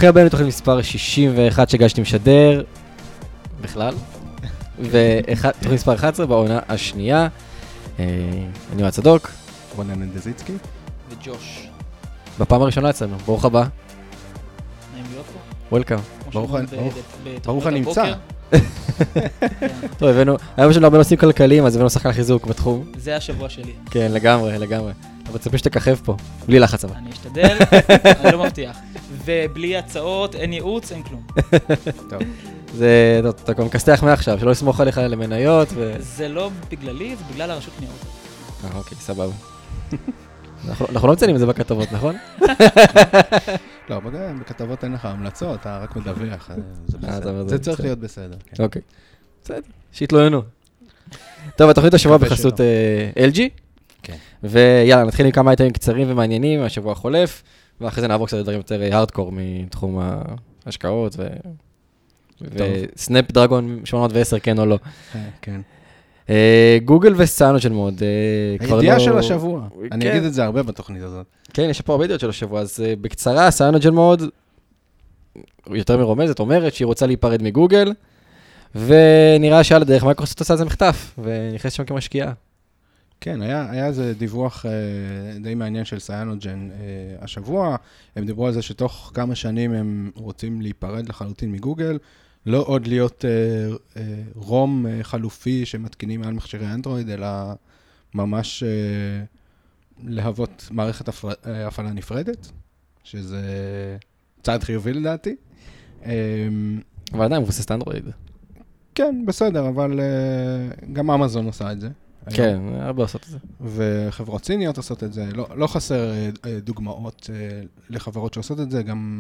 ברוכים הבאים לתוכנית מספר 61 שהגשתי משדר בכלל, ותוכנית מספר 11 בעונה השנייה. אני יועד צדוק. רונן דזיצקי. וג'וש. בפעם הראשונה אצלנו, ברוך הבא. נעים להיות פה. וולקאם. ברוך הנמצא. טוב, הבאנו, היום יש לנו הרבה נושאים כלכליים, אז הבאנו שחקן חיזוק בתחום. זה השבוע שלי. כן, לגמרי. אבל תצפה שתככב פה, בלי לחץ אבל. אני אשתדל, אני לא מבטיח. ובלי הצעות, אין ייעוץ, אין כלום. טוב. אתה כבר מקסתח מעכשיו, שלא יסמוך עליך למניות זה לא בגללי, זה בגלל הרשות ניירות. אוקיי, סבבה. אנחנו לא מציינים את זה בכתבות, נכון? לא, בכתבות אין לך המלצות, אתה רק מדווח, זה בסדר. זה צריך להיות בסדר. אוקיי, בסדר, שיתלוננו. טוב, התוכנית השבוע בחסות LG. כן. ויאללה, נתחיל עם כמה אייטמים קצרים ומעניינים מהשבוע החולף, ואחרי זה נעבור קצת לדברים יותר הארדקור מתחום ההשקעות וסנאפ דרגון 810, כן או לא. כן. גוגל וסיינוג'ן מוד. הידיעה של השבוע. אני אגיד את זה הרבה בתוכנית הזאת. כן, יש פה הרבה ידיעות של השבוע, אז בקצרה, סיינוג'ן מוד, יותר מרומזת, אומרת שהיא רוצה להיפרד מגוגל, ונראה שעל הדרך מייקרוסופט עושה את זה מחטף, ונכנס שם כמשקיעה. כן, היה איזה דיווח די מעניין של סיינוג'ן השבוע. הם דיברו על זה שתוך כמה שנים הם רוצים להיפרד לחלוטין מגוגל, לא עוד להיות רום חלופי שמתקינים על מכשירי אנדרואיד, אלא ממש להוות מערכת הפעלה נפרדת, שזה צעד חיובי לדעתי. אבל עדיין מבוססת אנדרואיד. כן, בסדר, אבל גם אמזון עושה את זה. כן, הרבה עושות את זה. וחברות סיניות עושות את זה. לא חסר דוגמאות לחברות שעושות את זה, גם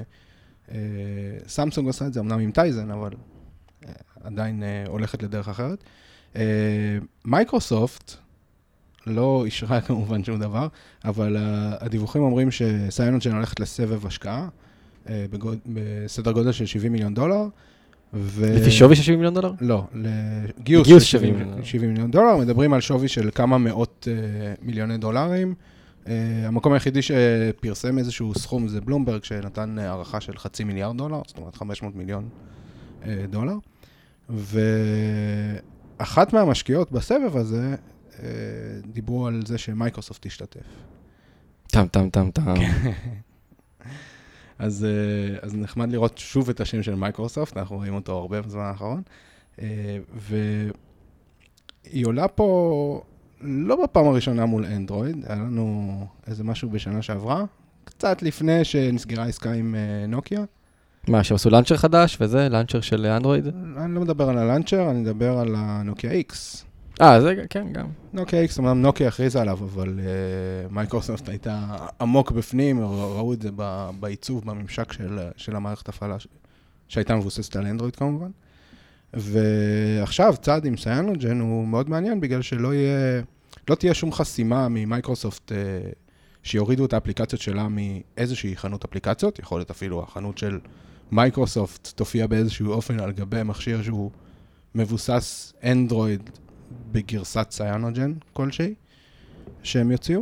סמסונג עושה את זה, אמנם עם טייזן, אבל עדיין הולכת לדרך אחרת. מייקרוסופט לא אישרה כמובן שום דבר, אבל הדיווחים אומרים שסיינוג'ן הולכת לסבב השקעה, בסדר גודל של $70 מיליון. לפי שווי של $70 מיליון? לא, לגיוס של $70 מיליון. מדברים על שווי של כמה מאות מיליוני דולרים. המקום היחידי שפרסם איזשהו סכום זה בלומברג, שנתן הערכה של $500 מיליון, זאת אומרת $500 מיליון. ואחת מהמשקיעות בסבב הזה, דיברו על זה שמייקרוסופט תשתתף. טם. אז נחמד לראות שוב את השם של מייקרוסופט, אנחנו רואים אותו הרבה בזמן האחרון, והיא עולה פה לא בפעם הראשונה מול אנדרואיד, היה לנו איזה משהו בשנה שעברה, קצת לפני שנסגרה עסקה עם נוקיה. מה, שעשו לאנצ'ר חדש וזה, לאנצ'ר של אנדרואיד? אני לא מדבר על הלאנצ'ר, אני מדבר על הנוקיה X. זה כן, גם. נוקיה X, אמנם נוקיה הכריזה עליו, אבל מייקרוסופט הייתה עמוק בפנים, ראו את זה בעיצוב, בממשק של המערכת הפעלה, שהייתה מבוססת על אנדרואיד כמובן. ועכשיו, צעד עם סיינוג'ן הוא מאוד מעניין, בגלל שלא תהיה שום חסימה ממייקרוסופט, שיורידו את האפליקציות שלה מאיזושהי חנות אפליקציות, יכול להיות אפילו החנות של מייקרוסופט תופיע באיזשהו אופן על גבי מכשיר שהוא מבוסס אנדרואיד, בגרסת סיינוג'ן כלשהי, שהם יוציאו,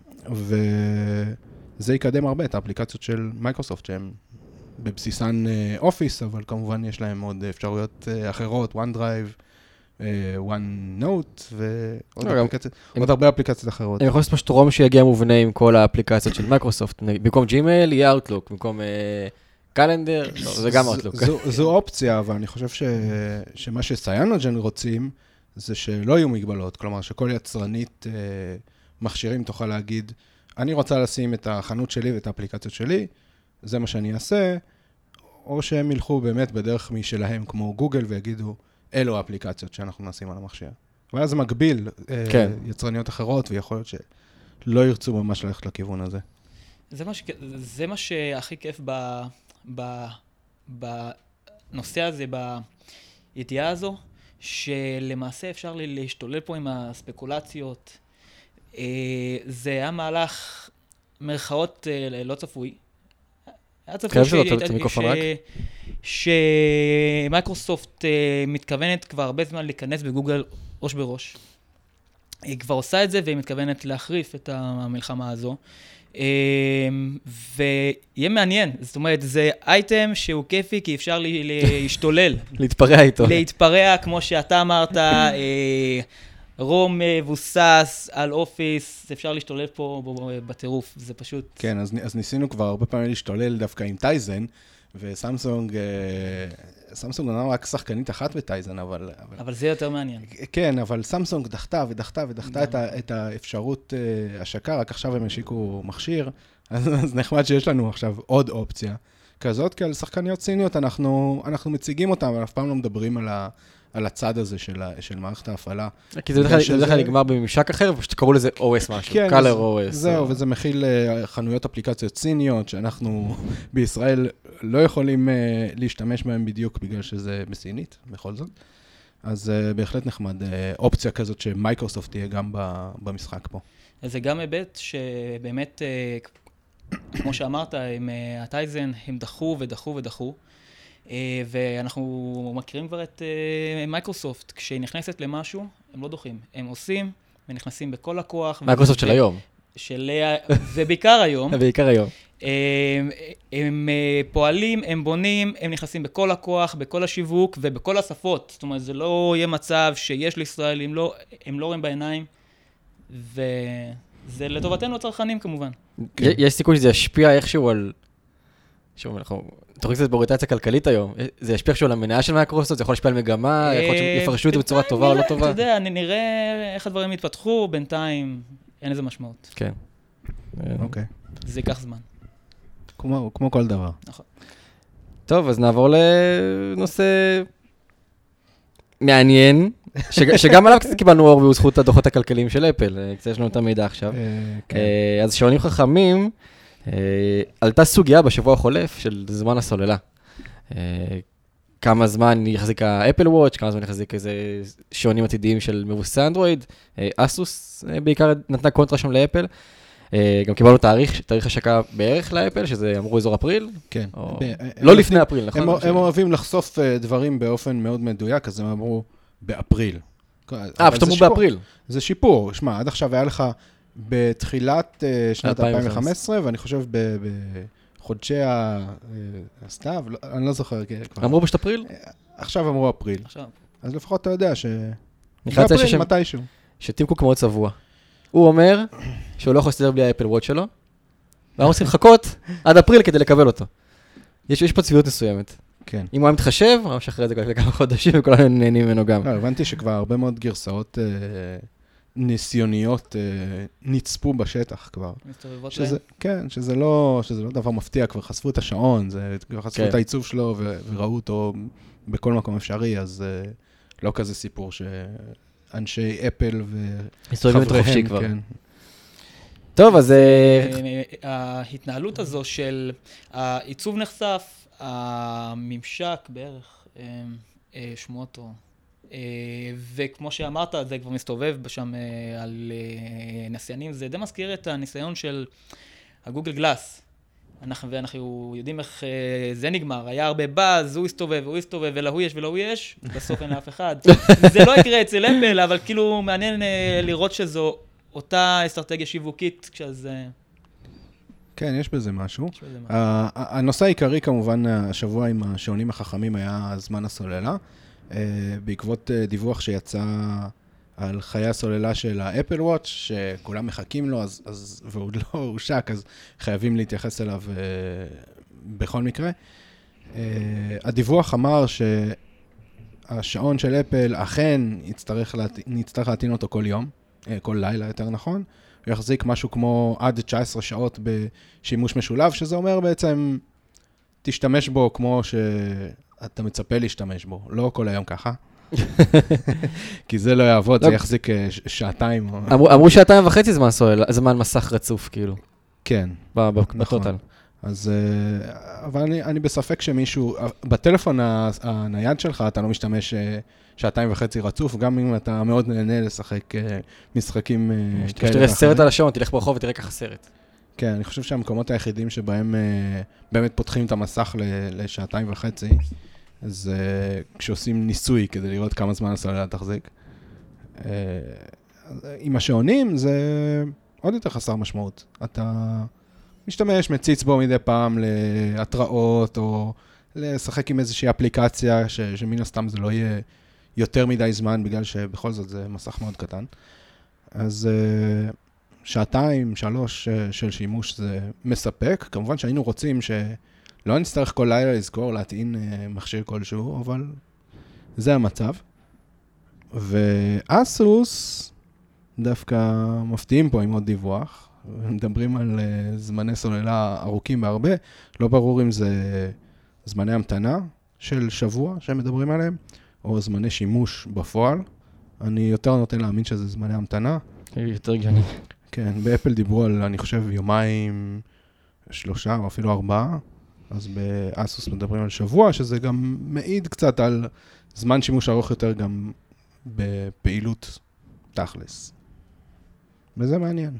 וזה יקדם הרבה את האפליקציות של מייקרוסופט, שהן בבסיסן אופיס, אבל כמובן יש להם עוד אפשרויות אחרות, OneDrive, OneNote, ועוד הרבה אפליקציות אחרות. אני יכול לעשות פשוט רום שיגיע מובנה עם כל האפליקציות של מייקרוסופט, במקום Gmail יהיה Outlook, במקום קלנדר, זה גם Outlook. זו אופציה, אבל אני חושב שמה שסיינוג'ן רוצים, זה שלא יהיו מגבלות, כלומר שכל יצרנית מכשירים תוכל להגיד, אני רוצה לשים את החנות שלי ואת האפליקציות שלי, זה מה שאני אעשה, או שהם ילכו באמת בדרך משלהם כמו גוגל ויגידו, אלו האפליקציות שאנחנו נשים על המכשיר. אבל אז זה מגביל יצרניות אחרות, ויכול להיות שלא ירצו ממש ללכת לכיוון הזה. זה מה שהכי כיף בנושא הזה, בידיעה הזו, שלמעשה אפשר להשתולל פה עם הספקולציות. זה היה מהלך מרכאות לא צפוי. היה צפוי שמייקרוסופט מתכוונת כבר הרבה זמן להיכנס בגוגל ראש בראש. היא כבר עושה את זה והיא מתכוונת להחריף את המלחמה הזו. ויהיה מעניין, זאת אומרת, זה אייטם שהוא כיפי, כי אפשר להשתולל. להתפרע איתו. להתפרע, כמו שאתה אמרת, רום מבוסס על אופיס, אפשר להשתולל פה בטירוף, זה פשוט... כן, אז ניסינו כבר הרבה פעמים להשתולל דווקא עם טייזן, וסמסונג, סמסונג נראה רק שחקנית אחת בטייזן, אבל זה יותר מעניין. כן, אבל סמסונג דחתה את האפשרות השקה, רק עכשיו הם השיקו מכשיר, אז נחמד שיש לנו עכשיו עוד אופציה כזאת, כי על שחקניות סיניות אנחנו מציגים אותם, אבל אף פעם לא מדברים על הצד הזה של מערכת ההפעלה. כי זה בדרך כלל נגמר בממשק אחר, פשוט קראו לזה OS משהו, Color OS. זהו, וזה מכיל חנויות אפליקציות סיניות, שאנחנו בישראל לא יכולים להשתמש בהם בדיוק, בגלל שזה בסינית, בכל זאת. אז בהחלט נחמד, אופציה כזאת שמייקרוסופט תהיה גם במשחק פה. זה גם היבט שבאמת, כמו שאמרת, עם הטייזן, הם דחו, ואנחנו מכירים כבר את מייקרוסופט, כשהיא נכנסת למשהו, הם לא דוחים, הם עושים ונכנסים בכל הכוח. מייקרוסופט של היום. ובעיקר היום. בעיקר היום. הם פועלים, הם בונים, הם נכנסים בכל הכוח, בכל השיווק ובכל השפות. זאת אומרת, זה לא יהיה מצב שיש לישראל, הם לא רואים בעיניים, וזה לטובתנו הצרכנים כמובן. יש סיכוי שזה ישפיע איכשהו על... שוב, אנחנו תוכלי קצת באוריינטציה כלכלית היום. זה ישפיע איכשהו על המניה של מייקרוסופט, זה יכול להשפיע על מגמה, יכול להיות שיפרשו את זה בצורה טובה או לא טובה. אתה יודע, נראה איך הדברים יתפתחו, בינתיים אין לזה משמעות. כן. אוקיי. זה ייקח זמן. כמו כל דבר. נכון. טוב, אז נעבור לנושא מעניין, שגם עליו קצת קיבלנו אור בזכות הדוחות הכלכליים של אפל. קצת יש לנו את המידע עכשיו. אז שעונים חכמים, עלתה סוגיה בשבוע החולף של זמן הסוללה. כמה זמן יחזיק האפל וואץ', כמה זמן יחזיק איזה שעונים עתידיים של מבוססי אנדרואיד. אסוס בעיקר נתנה קונטרה שם לאפל. גם קיבלנו תאריך השקה בערך לאפל, שזה אמרו אזור אפריל. כן. לא לפני אפריל, נכון? הם אוהבים לחשוף דברים באופן מאוד מדויק, אז הם אמרו באפריל. פשוט אמרו באפריל. זה שיפור. שמע, עד עכשיו היה לך בתחילת שנת 2015, ואני חושב בחודשי הסתיו, אני לא זוכר. אמרו פשוט אפריל? עכשיו אמרו אפריל. אז לפחות אתה יודע באפריל מתישהו. שטים קוק מאוד צבוע. הוא אומר שהוא לא יכול להסתדר בלי האפל וואץ' שלו, ואנחנו צריכים לחכות עד אפריל כדי לקבל אותו. יש פה צביעות מסוימת. כן. אם הוא היה מתחשב, הוא משחרר את זה לכמה חודשים, וכולנו נהנים ממנו גם. לא, הבנתי שכבר הרבה מאוד גרסאות ניסיוניות נצפו בשטח כבר. מסתובבות להם? כן, שזה לא דבר מפתיע, כבר חשפו את השעון, כבר חשפו את העיצוב שלו, וראו אותו בכל מקום אפשרי, אז לא כזה סיפור שאנשי אפל וחבריהם, כן. טוב, אז... ההתנהלות הזו של העיצוב נחשף, הממשק בערך, שמועות או... וכמו שאמרת, זה כבר מסתובב שם על נסיינים, זה די מזכיר את הניסיון של הגוגל גלאס. ואנחנו יודעים איך זה נגמר, היה הרבה באז, הוא הסתובב, ולהוא יש ולהוא יש, בסוף אין לאף אחד. זה לא יקרה אצל אפל, אבל כאילו מעניין לראות שזו אותה אסטרטגיה שיווקית, כשזה... כן, יש בזה משהו. הנושא העיקרי כמובן השבוע עם השעונים החכמים היה זמן הסוללה, בעקבות דיווח שיצא על חיי הסוללה של האפל וואץ' שכולם מחכים לו, והוא לא הושק, אז חייבים להתייחס אליו בכל מקרה. הדיווח אמר שהשעון של אפל אכן נצטרך להטעין אותו כל יום, כל לילה יותר נכון, הוא יחזיק משהו כמו עד 19 שעות בשימוש משולב, שזה אומר בעצם תשתמש בו כמו שאתה מצפה להשתמש בו, לא כל היום ככה. כי זה לא יעבוד, זה יחזיק שעתיים. אמרו 2.5 זמן מסך רצוף, כאילו. כן. בטוטל. אז, אבל אני בספק שמישהו, בטלפון הנייד שלך אתה לא משתמש 2.5 רצוף, גם אם אתה מאוד נהנה לשחק משחקים כאלה. שתראה סרט על השעון, תלך ברחוב ותראה ככה סרט. כן, אני חושב שהמקומות היחידים שבהם באמת פותחים את המסך ל2.5, אז כשעושים ניסוי כדי לראות כמה זמן הסוללה תחזיק. עם השעונים זה עוד יותר חסר משמעות. אתה משתמש, מציץ בו מדי פעם להתראות, או לשחק עם איזושהי אפליקציה, שמן הסתם זה לא יהיה יותר מדי זמן, בגלל שבכל זאת זה מסך מאוד קטן. אז 2-3 של שימוש זה מספק. כמובן שהיינו רוצים שלא נצטרך כל לילה לזכור להטעין מכשיר כלשהו, אבל זה המצב. ואסוס דווקא מפתיעים פה עם עוד דיווח. מדברים על זמני סוללה ארוכים בהרבה. לא ברור אם זה זמני המתנה של שבוע שהם מדברים עליהם, או זמני שימוש בפועל. אני יותר נותן להאמין שזה זמני המתנה. יותר גני. כן, באפל דיברו על, אני חושב, 3 או אפילו 4, אז באסוס מדברים על שבוע, שזה גם מעיד קצת על זמן שימוש ארוך יותר גם בפעילות תכלס. וזה מעניין.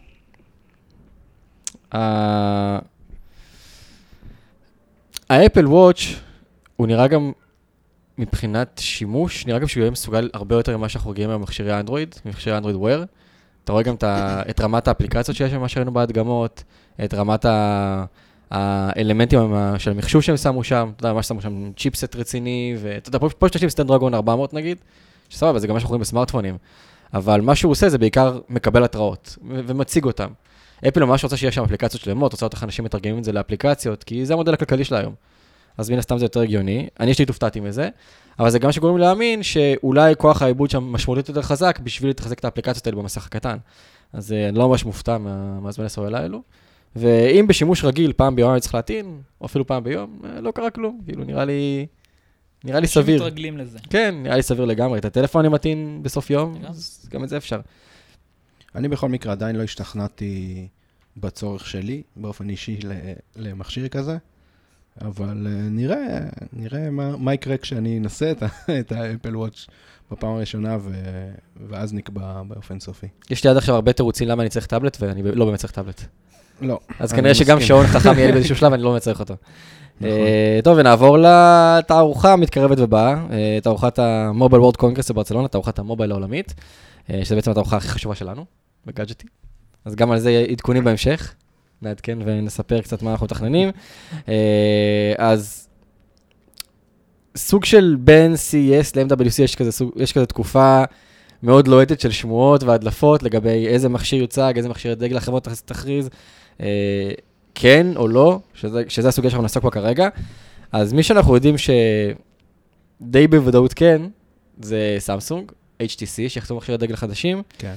האפל וואץ' הוא נראה גם מבחינת שימוש, נראה גם שהוא יהיה מסוגל הרבה יותר ממה שאנחנו רגילים במכשירי אנדרואיד, ממכשירי אנדרואיד וויר. אתה רואה גם את רמת האפליקציות שיש מה שראינו בהדגמות, את רמת האלמנטים של המחשוב שהם שמו שם, אתה יודע, מה ששמו שם צ'יפסט רציני, ואתה יודע, פה יש סנאפדרגון 400 נגיד, שסבבה, זה גם מה שאנחנו רואים בסמארטפונים. אבל מה שהוא עושה זה בעיקר מקבל התראות, ומציג אותם. אפל ממש רוצה שיש שם אפליקציות שלמות, רוצה אותך אנשים מתרגמים את זה לאפליקציות, כי זה המודל הכלכלי של היום. אז מן הסתם זה יותר הגיוני. אני יש לי תופתעתי מזה, אבל זה גם שגורם להאמין שאולי כוח העיבוד שם משמעותית יותר חזק בשביל להתחזק את האפליקציות האלה במסך הקטן. אז אני לא ממש מופתע מהזמני סוללה האלו. ואם בשימוש רגיל פעם ביום אני צריך להטעין, או אפילו פעם ביום, לא קרה כלום. כאילו נראה לי סביר. שמתרגלים לזה. כן, נראה לי סביר לגמרי. את הטלפון אני מטעין בסוף יום, אז גם את זה אפשר. אני בכל מקרה עדיין לא השתכנעתי בצורך שלי, באופן אישי למכשיר כזה. אבל נראה מה יקרה כשאני אנסה את האפל וואץ' בפעם הראשונה, ואז נקבע באופן סופי. יש לי עד עכשיו הרבה תירוצים למה אני צריך טאבלט, ואני לא באמת צריך טאבלט. לא. אז כנראה שגם שעון חכם יהיה לי באיזשהו שלב, אני לא באמת צריך אותו. טוב, ונעבור לתערוכה המתקרבת ובאה, תערוכת המובייל וורד קונגרס בברצלונה, תערוכת המובייל העולמית, שזה בעצם התערוכה הכי חשובה שלנו, בגאדג'טי. אז גם על זה עדכונים בהמשך. נעדכן ונספר קצת מה אנחנו מתכננים. אז סוג של בין CES ל-MWC יש כזה תקופה מאוד לוהטת של שמועות והדלפות לגבי איזה מכשיר יוצג, איזה מכשיר דגל החברות תכריז, כן או לא, שזה הסוגיה שאנחנו נעסוק בה כרגע. אז מי שאנחנו יודעים שדי בוודאות כן, זה סמסונג, HTC, שיחצו מכשירי דגל חדשים. כן.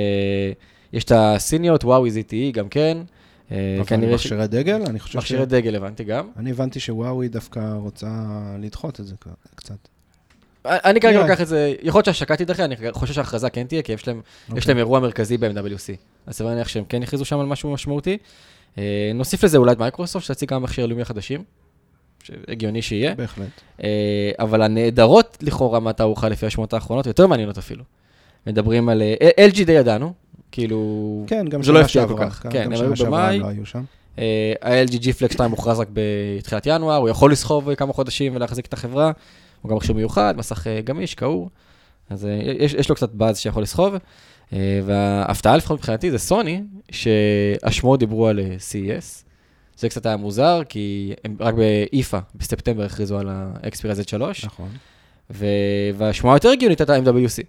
יש את הסיניות, וואוי ZTE גם כן. אבל מכשירי דגל? מכשירי דגל הבנתי גם. אני הבנתי שוואוי דווקא רוצה לדחות את זה קצת. אני כרגע לוקח את זה, יכול להיות שהשקעתי דרכי, אני חושב שההכרזה כן תהיה, כי יש להם אירוע מרכזי ב-MWC. אז סביר להניח שהם כן יכריזו שם על משהו משמעותי. נוסיף לזה אולי את מייקרוסופט, שתציג כמה מכשיר לאומי חדשים, שהגיוני שיהיה. בהחלט. אבל הנהדרות לכאורה מהתערוכה לפי השמועות האחרונות, יותר מעניינות אפילו. מדברים על LG די ידענו, כאילו, כן, גם זה לא הפתיע כל כך. כן, גם שנה שעברה לא היו שם. ה-LG G Flex 2 מוכרז רק בתחילת ינואר, הוא יכול לסחוב כמה חודשים ולהחזיק את החברה, הוא גם מכשיר מיוחד, מסך גמיש, קעור, אז יש לו קצת באז שיכול לסחוב, וההפתעה לפחות מבחינתי זה סוני, שהשמועות דיברו על CES, זה קצת היה מוזר, כי הם רק באיפה, בספטמבר הכריזו על ה-Xperia Z3, נכון. והשמועה יותר הגיונית הייתה MWC.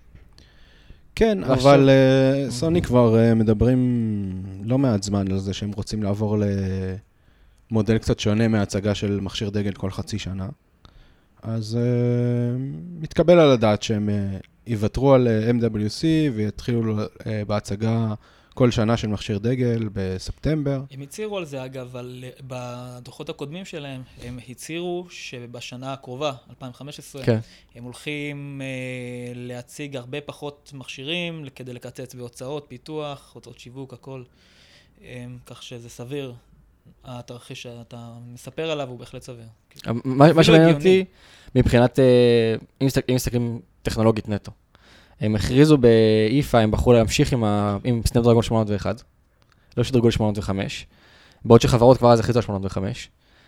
כן, אבל סוני כבר מדברים לא מעט זמן על זה שהם רוצים לעבור למודל קצת שונה מההצגה של מכשיר דגל כל חצי שנה. אז מתקבל על הדעת שהם יוותרו על MWC ויתחילו בהצגה כל שנה של מכשיר דגל בספטמבר. הם הצהירו על זה אגב, אבל בדוחות הקודמים שלהם, הם הצהירו שבשנה הקרובה, 2015, כן. הם הולכים להציג הרבה פחות מכשירים כדי לקצץ בהוצאות, פיתוח, הוצאות שיווק, הכל. כך שזה סביר. התרחיש שאתה מספר עליו הוא בהחלט סביר. מה שמעניין אותי, מבחינת, אם מסתכלים טכנולוגית נטו, הם הכריזו באיפה, הם בחרו להמשיך עם סנאפדרגון 801, לא שדרגו 805, בעוד שחברות כבר אז הכריזו על 805.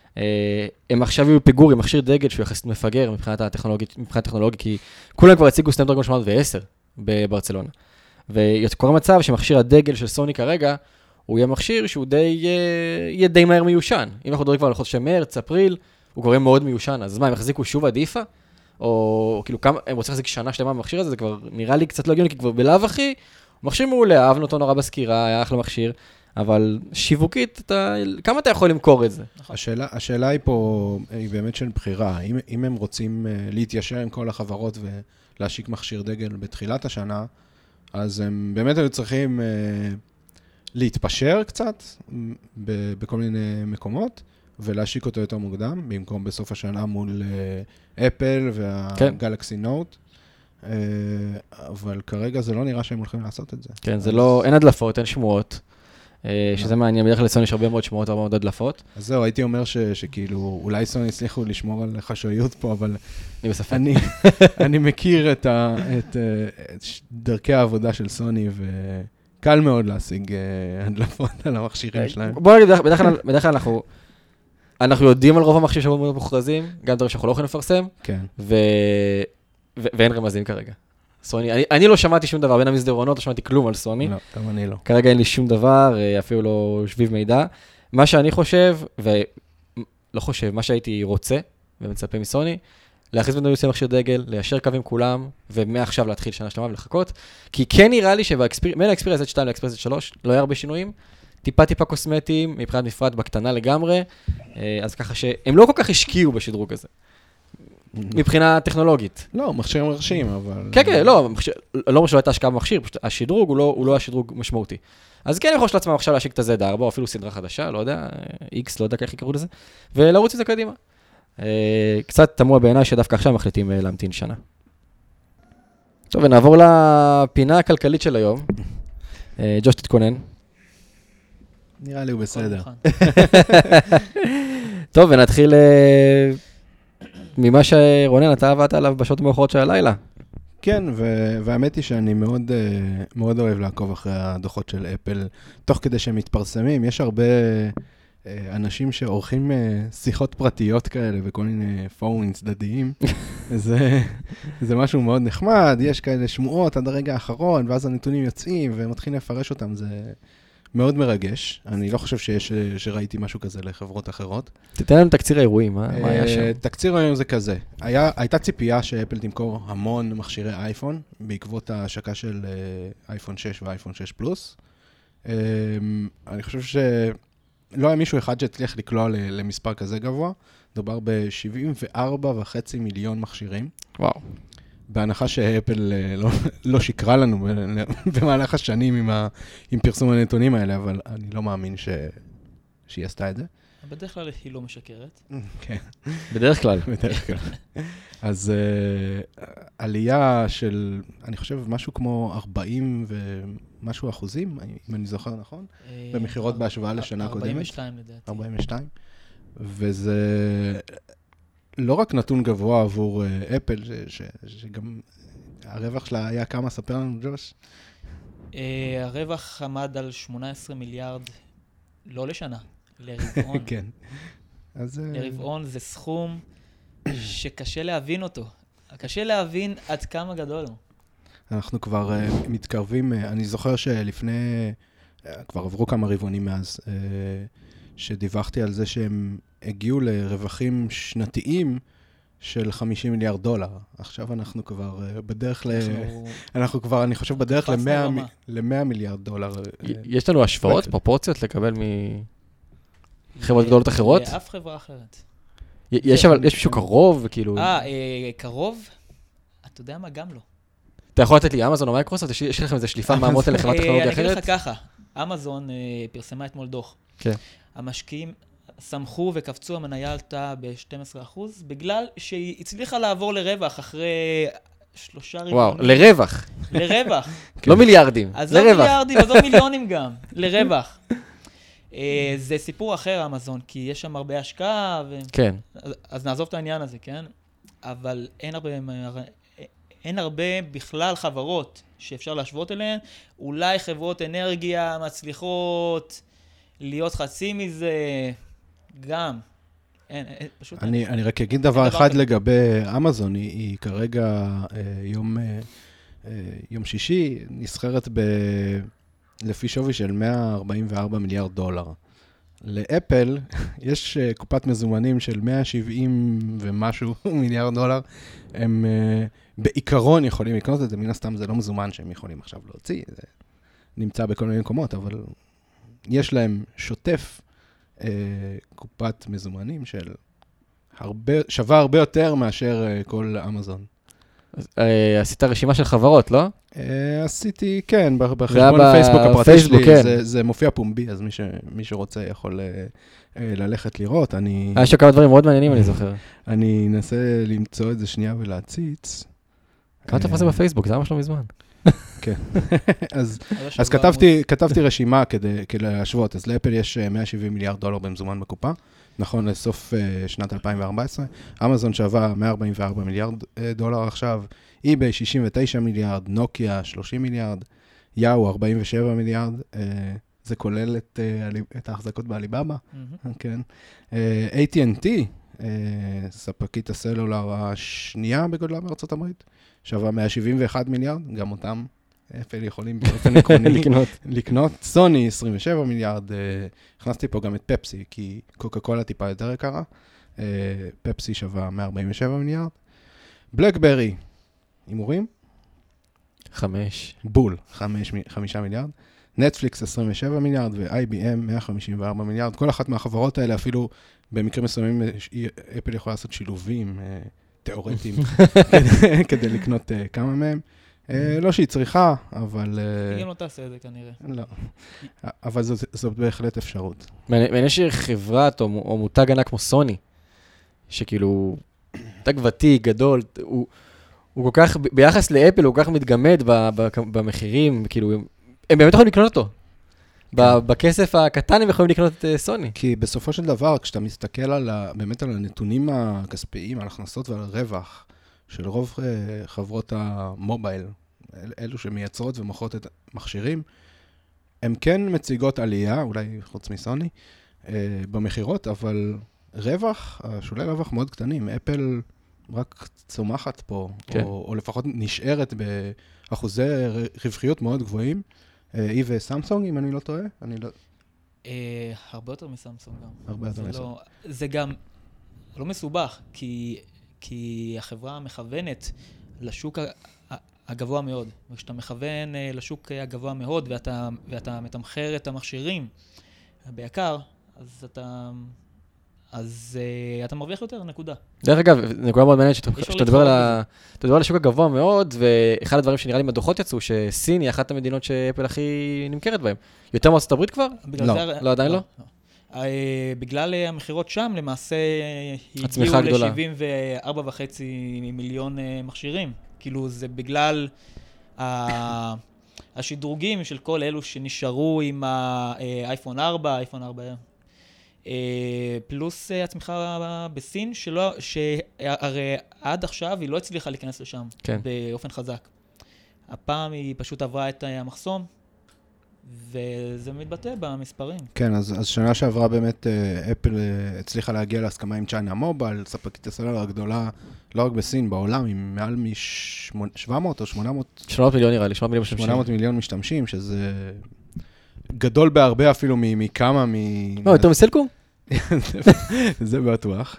הם עכשיו יהיו פיגור עם מכשיר דגל שהוא יחסית מפגר מבחינת הטכנולוגיה, כי כולם כבר הציגו סנאפדרגון 810 בברצלונה. וקורה מצב שמכשיר הדגל של סוני כרגע, הוא יהיה מכשיר שהוא יהיה די מהר מיושן. אם אנחנו מדברים כבר על חודשי מרץ, אפריל, הוא כבר מאוד מיושן, אז מה, הם יחזיקו שוב עדיפה? או כאילו כמה, הם רוצים להחזיק שנה שלמה במכשיר הזה, זה כבר נראה לי קצת לא הגיוני, כי כבר בלאו הכי, מכשיר מעולה, אהבנו אותו נורא בסקירה, היה אחלה מכשיר, אבל שיווקית, כמה אתה יכול למכור את זה? השאלה היא פה, היא באמת של בחירה. אם הם רוצים להתיישר עם כל החברות ולהשיק מכשיר דגל בתחילת השנה, אז הם באמת היו צריכים להתפשר קצת בכל מיני מקומות, ולהשיק אותו יותר מוקדם, במקום בסוף השנה מול אפל והגלקסי נוט. אבל כרגע זה לא נראה שהם הולכים לעשות את זה. כן, זה לא, אין הדלפות, אין שמועות. שזה מעניין, בדרך כלל לסוני יש הרבה מאוד שמועות, הרבה מאוד הדלפות. אז זהו, הייתי אומר שכאילו, אולי סוני הצליחו לשמור על חשאיות פה, אבל אני בספק. אני מכיר את דרכי העבודה של סוני, וקל מאוד להשיג הדלפות על המכשירים שלהם. בוא נגיד, בדרך כלל אנחנו יודעים על רוב המכשירים שמאוד מאוד מוכרזים, גם דברים שאנחנו לא יכולים לפרסם, ואין רמזים כרגע. סוני, אני לא שמעתי שום דבר, בין המסדרונות, לא שמעתי כלום על סוני. לא, גם אני לא. כרגע אין לי שום דבר, אפילו לא שביב מידע. מה שאני חושב, ולא חושב, מה שהייתי רוצה, ומצפה מסוני, להכניס בנו יוצא מכשיר דגל, ליישר קו עם כולם, ומעכשיו להתחיל שנה שלמה ולחכות, כי כן נראה לי בין האקספיריאס Z2 לאקספיריאס Z3, לא היה הרבה שינויים, טיפה קוסמטיים, מבחינת מפרט בקטנה לגמרי, אז ככה שהם לא כל כך השקיעו בשדרוג הזה. מבחינה טכנולוגית. לא, מכשירים מרשים, אבל... כן, לא משהו הייתה השקעה במכשיר, פשוט השדרוג הוא לא השדרוג משמעותי. אז כן יכול של עצמם עכשיו להשיק את ה-Z4, או אפילו סדרה חדשה, לא יודע, X, לא יודע איך יקראו לזה, ולרוץ את זה קדימה. קצת תמוה בעיניי שדווקא עכשיו מחליטים להמתין שנה. טוב, ונעבור לפינה הכלכלית של היום. ג'וש תתכונן. נראה לי הוא בסדר. טוב, ונתחיל ממה שרונן, אתה עבדת עליו בשעות המאוחרות של הלילה. כן, והאמת היא שאני מאוד אוהב לעקוב אחרי הדוחות של אפל, תוך כדי שהם מתפרסמים. יש הרבה אנשים שעורכים שיחות פרטיות כאלה וכל מיני פורומים צדדיים. זה משהו מאוד נחמד, יש כאלה שמועות עד הרגע האחרון, ואז הנתונים יוצאים ומתחילים לפרש אותם, זה מאוד מרגש. אני לא חושב שראיתי משהו כזה לחברות אחרות. תתן לנו תקציר האירועים, מה היה שם? תקציר האירועים זה כזה. הייתה ציפייה שאפל תמכור המון מכשירי אייפון, בעקבות ההשקה של אייפון 6 ואייפון 6 פלוס. אני חושב שלא היה מישהו אחד שהצליח לקלוע למספר כזה גבוה. מדובר ב-74.5 מיליון מכשירים. וואו. בהנחה שאפל לא שיקרה לנו במהלך השנים עם פרסום הנתונים האלה, אבל אני לא מאמין שהיא עשתה את זה. בדרך כלל היא לא משקרת. כן. בדרך כלל. בדרך כלל. אז עלייה של, אני חושב, משהו כמו 40 ומשהו אחוזים, אם אני זוכר נכון, במחירות בהשוואה לשנה קודמת. 42 לדעתי. 42. וזה לא רק נתון גבוה עבור אפל, שגם הרווח שלה היה כמה, ספר לנו, ג'וש? הרווח עמד על 18 מיליארד, לא לשנה, לרבעון. כן. לרבעון זה סכום שקשה להבין אותו. קשה להבין עד כמה גדול הוא. אנחנו כבר מתקרבים, אני זוכר שלפני, כבר עברו כמה רבעונים מאז, שדיווחתי על זה שהם הגיעו לרווחים שנתיים של 50 מיליארד דולר. עכשיו אנחנו כבר בדרך אנחנו כבר, אני חושב, בדרך ל-100 מיליארד דולר. יש לנו השוואות, פרופורציות לקבל מחברות גדולות אחרות? לאף חברה אחרת. יש מישהו קרוב וכאילו... קרוב? אתה יודע מה? גם לא. אתה יכול לתת לי אמזון או מייקרוסופט? יש לכם איזה שליפה מהמות לחברת טכנולוגיה אחרת? אני אגיד לך ככה, אמזון פרסמה אתמול דוח. כן. המשקיעים שמחו וקפצו, המניה עלתה ב-12%, בגלל שהיא הצליחה לעבור לרווח אחרי 3 רבעונים. וואו, לרווח. לרווח. לא מיליארדים, לרווח. אז לא מיליארדים, אז לא מיליונים גם, לרווח. זה סיפור אחר, אמזון, כי יש שם הרבה השקעה. כן. אז נעזוב את העניין הזה, כן? אבל אין הרבה בכלל חברות שאפשר להשוות אליהן. אולי חברות אנרגיה מצליחות להיות חצי מזה, גם. פשוט אני רק אגיד דבר אחד לגבי אמזון, היא כרגע יום שישי נסחרת לפי שווי של 144 מיליארד דולר. לאפל יש קופת מזומנים של 170 ומשהו מיליארד דולר. הם בעיקרון יכולים לקנות את זה, מן הסתם זה לא מזומן שהם יכולים עכשיו להוציא, זה נמצא בכל מיני מקומות, אבל יש להם שוטף קופת מזומנים של שווה הרבה יותר מאשר כל אמזון. עשית רשימה של חברות, לא? עשיתי, כן, בחשבון הפייסבוק הפרטי שלי, זה מופיע פומבי, אז מי שרוצה יכול ללכת לראות. יש שם כמה דברים מאוד מעניינים, אני זוכר. אני אנסה למצוא את זה שנייה ולהציץ. כמה אתה פרסם בפייסבוק, זה ממש לא מזמן. כן. אז כתבתי רשימה כדי להשוות. אז לאפל יש 170 מיליארד דולר במזומן בקופה, נכון לסוף שנת 2014. אמזון שווה 144 מיליארד דולר עכשיו, eBay 69 מיליארד, נוקיה 30 מיליארד, יאו 47 מיליארד, זה כולל את ההחזקות באליבאבא, כן. AT&T, ספקית הסלולר השנייה בגודלה בארצות הברית, שווה 171 מיליארד, גם אותם אפל יכולים באופן עקרוני לקנות. סוני 27 מיליארד, הכנסתי פה גם את פפסי, כי קוקה קולה טיפה יותר יקרה, פפסי שווה 147 מיליארד. בלקברי, הימורים? 5. בול, 5 מיליארד. נטפליקס 27 מיליארד ו-IBM 154 מיליארד. כל אחת מהחברות האלה, אפילו במקרים מסוימים, אפל יכולה לעשות שילובים תיאורטיים כדי לקנות כמה מהם. לא שהיא צריכה, אבל... היא גם לא תעשה את זה כנראה. לא. אבל זאת בהחלט אפשרות. מעניין שחברת או מותג ענק כמו סוני, שכאילו, מותג ותיק, גדול, הוא כל כך, ביחס לאפל, הוא כל כך מתגמד במחירים, כאילו, הם באמת יכולים לקנות אותו. בכסף הקטן הם יכולים לקנות את סוני. כי בסופו של דבר, כשאתה מסתכל באמת על הנתונים הכספיים, על הכנסות ועל רווח, של רוב חברות המובייל, אלו שמייצרות ומוכרות את מכשירים, הן כן מציגות עלייה, אולי חוץ מסוני, במחירות, אבל רווח, שולי רווח מאוד קטנים. אפל רק צומחת פה, כן. או לפחות נשארת באחוזי רווחיות מאוד גבוהים. היא וסמסונג, אם אני לא טועה, אני לא... הרבה יותר מסמסונג גם. הרבה יותר מסמסונג. זה גם לא מסובך, כי החברה מכוונת לשוק הגבוה מאוד. וכשאתה מכוון לשוק הגבוה מאוד, ואתה מתמחר את המכשירים ביקר, אז אתה מרוויח יותר, נקודה. דרך אגב, נקודה מאוד מעניינת, שאתה מדבר על השוק הגבוה מאוד, ואחד הדברים שנראה לי מהדוחות יצאו, שסין היא אחת המדינות שאפל הכי נמכרת בהן. יותר מארצות הברית כבר? לא, עדיין לא? בגלל המחירות שם, למעשה הגיעו ל-74.5 מיליון מכשירים. כאילו זה בגלל השדרוגים של כל אלו שנשארו עם האייפון 4, אייפון 4, פלוס הצמיחה בסין, שהרי עד עכשיו היא לא הצליחה להיכנס לשם באופן חזק. הפעם היא פשוט עברה את המחסום, וזה מתבטא במספרים. כן, אז שנה שעברה באמת אפל הצליחה להגיע להסכמה עם צ'יינה מובייל, ספקית הסלולר הגדולה, לא רק בסין, בעולם, עם מעל מ-700 או 800... 800 מיליון נראה לי, 800 מיליון משתמשים. 800 מיליון משתמשים, שזה גדול בהרבה אפילו מכמה לא, יותר מסלקום? זה בטוח.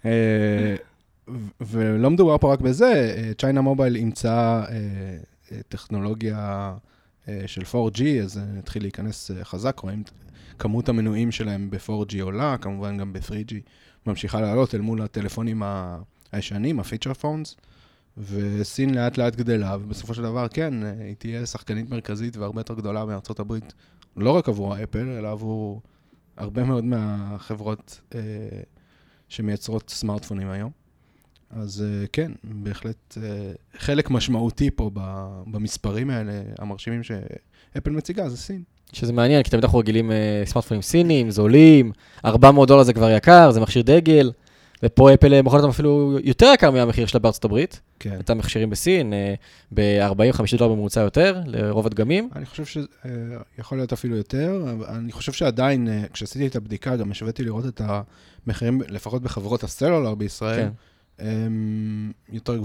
ולא מדובר פה רק בזה, צ'יינה מובייל אימצה טכנולוגיה של 4G, אז נתחיל להיכנס חזק, רואים כמות המנויים שלהם ב-4G עולה, כמובן גם ב-3G ממשיכה לעלות אל מול הטלפונים הישנים, הפיצ'ר פונס, וסין לאט לאט גדלה, ובסופו של דבר כן, היא תהיה שחקנית מרכזית והרבה יותר גדולה מארצות הברית, לא רק עבור האפל, אלא עבור הרבה מאוד מהחברות שמייצרות סמארטפונים היום. אז כן, בהחלט חלק משמעותי פה במספרים האלה, המרשימים שאפל מציגה, זה סין. שזה מעניין, כי תמיד אנחנו רגילים סמארטפונים סינים, זולים, $400 זה כבר יקר, זה מכשיר דגל, ופה אפל מוכרת אותם אפילו יותר יקר מהמחיר שלה בארצות הברית. כן. את המכשירים בסין, $40-50 בממוצע יותר, לרוב הדגמים. אני חושב שיכול להיות אפילו יותר, אני חושב שעדיין, כשעשיתי את הבדיקה, גם השוויתי לראות את המחירים, לפחות בחברות הסלולר בישראל, כן. יותר גבוהים.